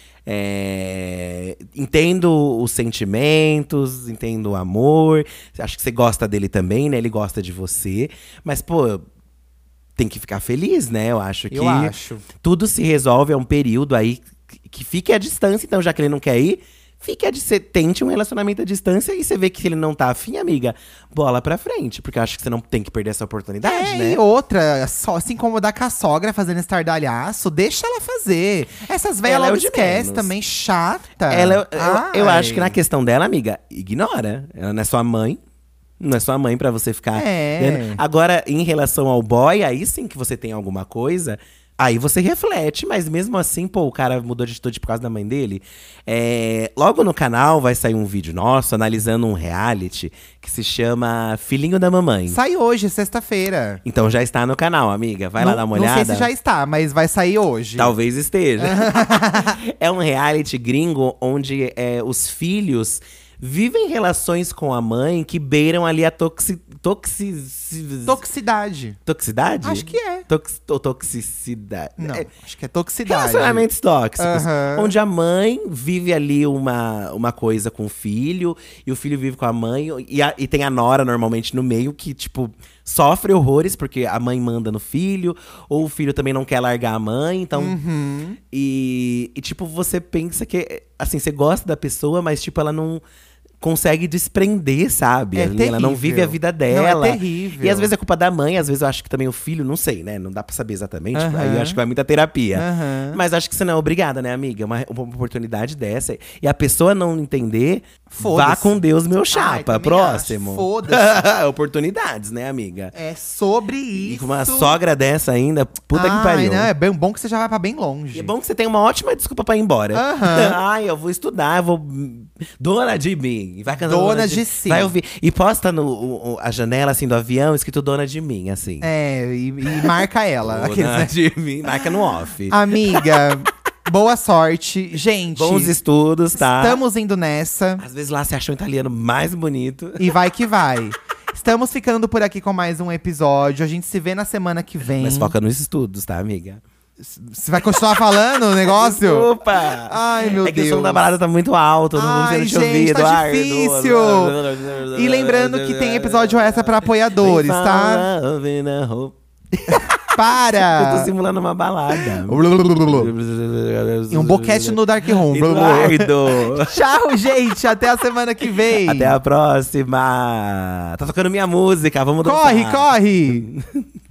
Entendo os sentimentos, entendo o amor. Acho que você gosta dele também, né? Ele gosta de você. Mas, pô, tem que ficar feliz, né? Eu acho que tudo se resolve, é um período aí que fique à distância. Então, já que ele não quer ir, tente um relacionamento à distância. E você vê que ele não tá afim, amiga, bola pra frente. Porque eu acho que você não tem que perder essa oportunidade, né? E outra, só se incomodar com a sogra fazendo estardalhaço, deixa ela fazer. Essas velhas Ela é logo o de esquece menos. também, chata. Eu acho que na questão dela, amiga, ignora. Ela não é sua mãe. Não é sua mãe pra você ficar… vendo. Agora, em relação ao boy, aí sim que você tem alguma coisa… Aí você reflete, mas mesmo assim, pô, o cara mudou de atitude por causa da mãe dele. Logo no canal vai sair um vídeo nosso analisando um reality que se chama Filhinho da Mamãe. Sai hoje, sexta-feira. Então já está no canal, amiga. Vai lá dar uma olhada. Não sei se já está, mas vai sair hoje. Talvez esteja. É um reality gringo onde os filhos vivem relações com a mãe que beiram ali a Toxicidade. Toxicidade? Acho que é. Toxicidade. Não, acho que é toxicidade. Relacionamentos tóxicos. Aham. Onde a mãe vive ali uma coisa com o filho, e o filho vive com a mãe, e tem a nora normalmente no meio que, tipo, sofre horrores porque a mãe manda no filho, ou o filho também não quer largar a mãe, então… E tipo, você pensa que, assim, você gosta da pessoa, mas tipo, ela não consegue desprender, sabe? Ela não vive a vida dela. Não, é terrível. E às vezes é culpa da mãe, às vezes eu acho que também o filho, não sei, né? Não dá pra saber exatamente. Aí eu acho que vai muita terapia. Mas acho que você não é obrigada, né, amiga? Uma oportunidade dessa. E a pessoa não entender, vá com Deus, meu chapa. Próximo. Foda-se. Oportunidades, né, amiga? É sobre isso. E com uma sogra dessa ainda, puta que pariu. Não, é bom que você já vai pra bem longe. E é bom que você tem uma ótima desculpa pra ir embora. Ai, eu vou estudar, eu vou… Dona de mim. Vai cantando Dona de si. Vai ouvir. E posta a janela, assim, do avião, escrito Dona de mim, assim. E marca ela. Dona de mim. Marca no off. Amiga, boa sorte. Gente, bons estudos, tá? Estamos indo nessa. Às vezes lá você acha um italiano mais bonito. E vai que vai. Estamos ficando por aqui com mais um episódio. A gente se vê na semana que vem. Mas foca nos estudos, tá, amiga? Você vai continuar falando o negócio? Desculpa! Ai, meu Deus. É que o som da balada tá muito alto, não sei te ouvir, tá Eduardo. difícil. E lembrando que tem episódio extra pra apoiadores, tá? Para! Eu tô simulando uma balada. E um boquete no Dark Room. Eduardo! Tchau, gente. Até a semana que vem. Até a próxima! Tá tocando minha música, vamos dançar. Corre!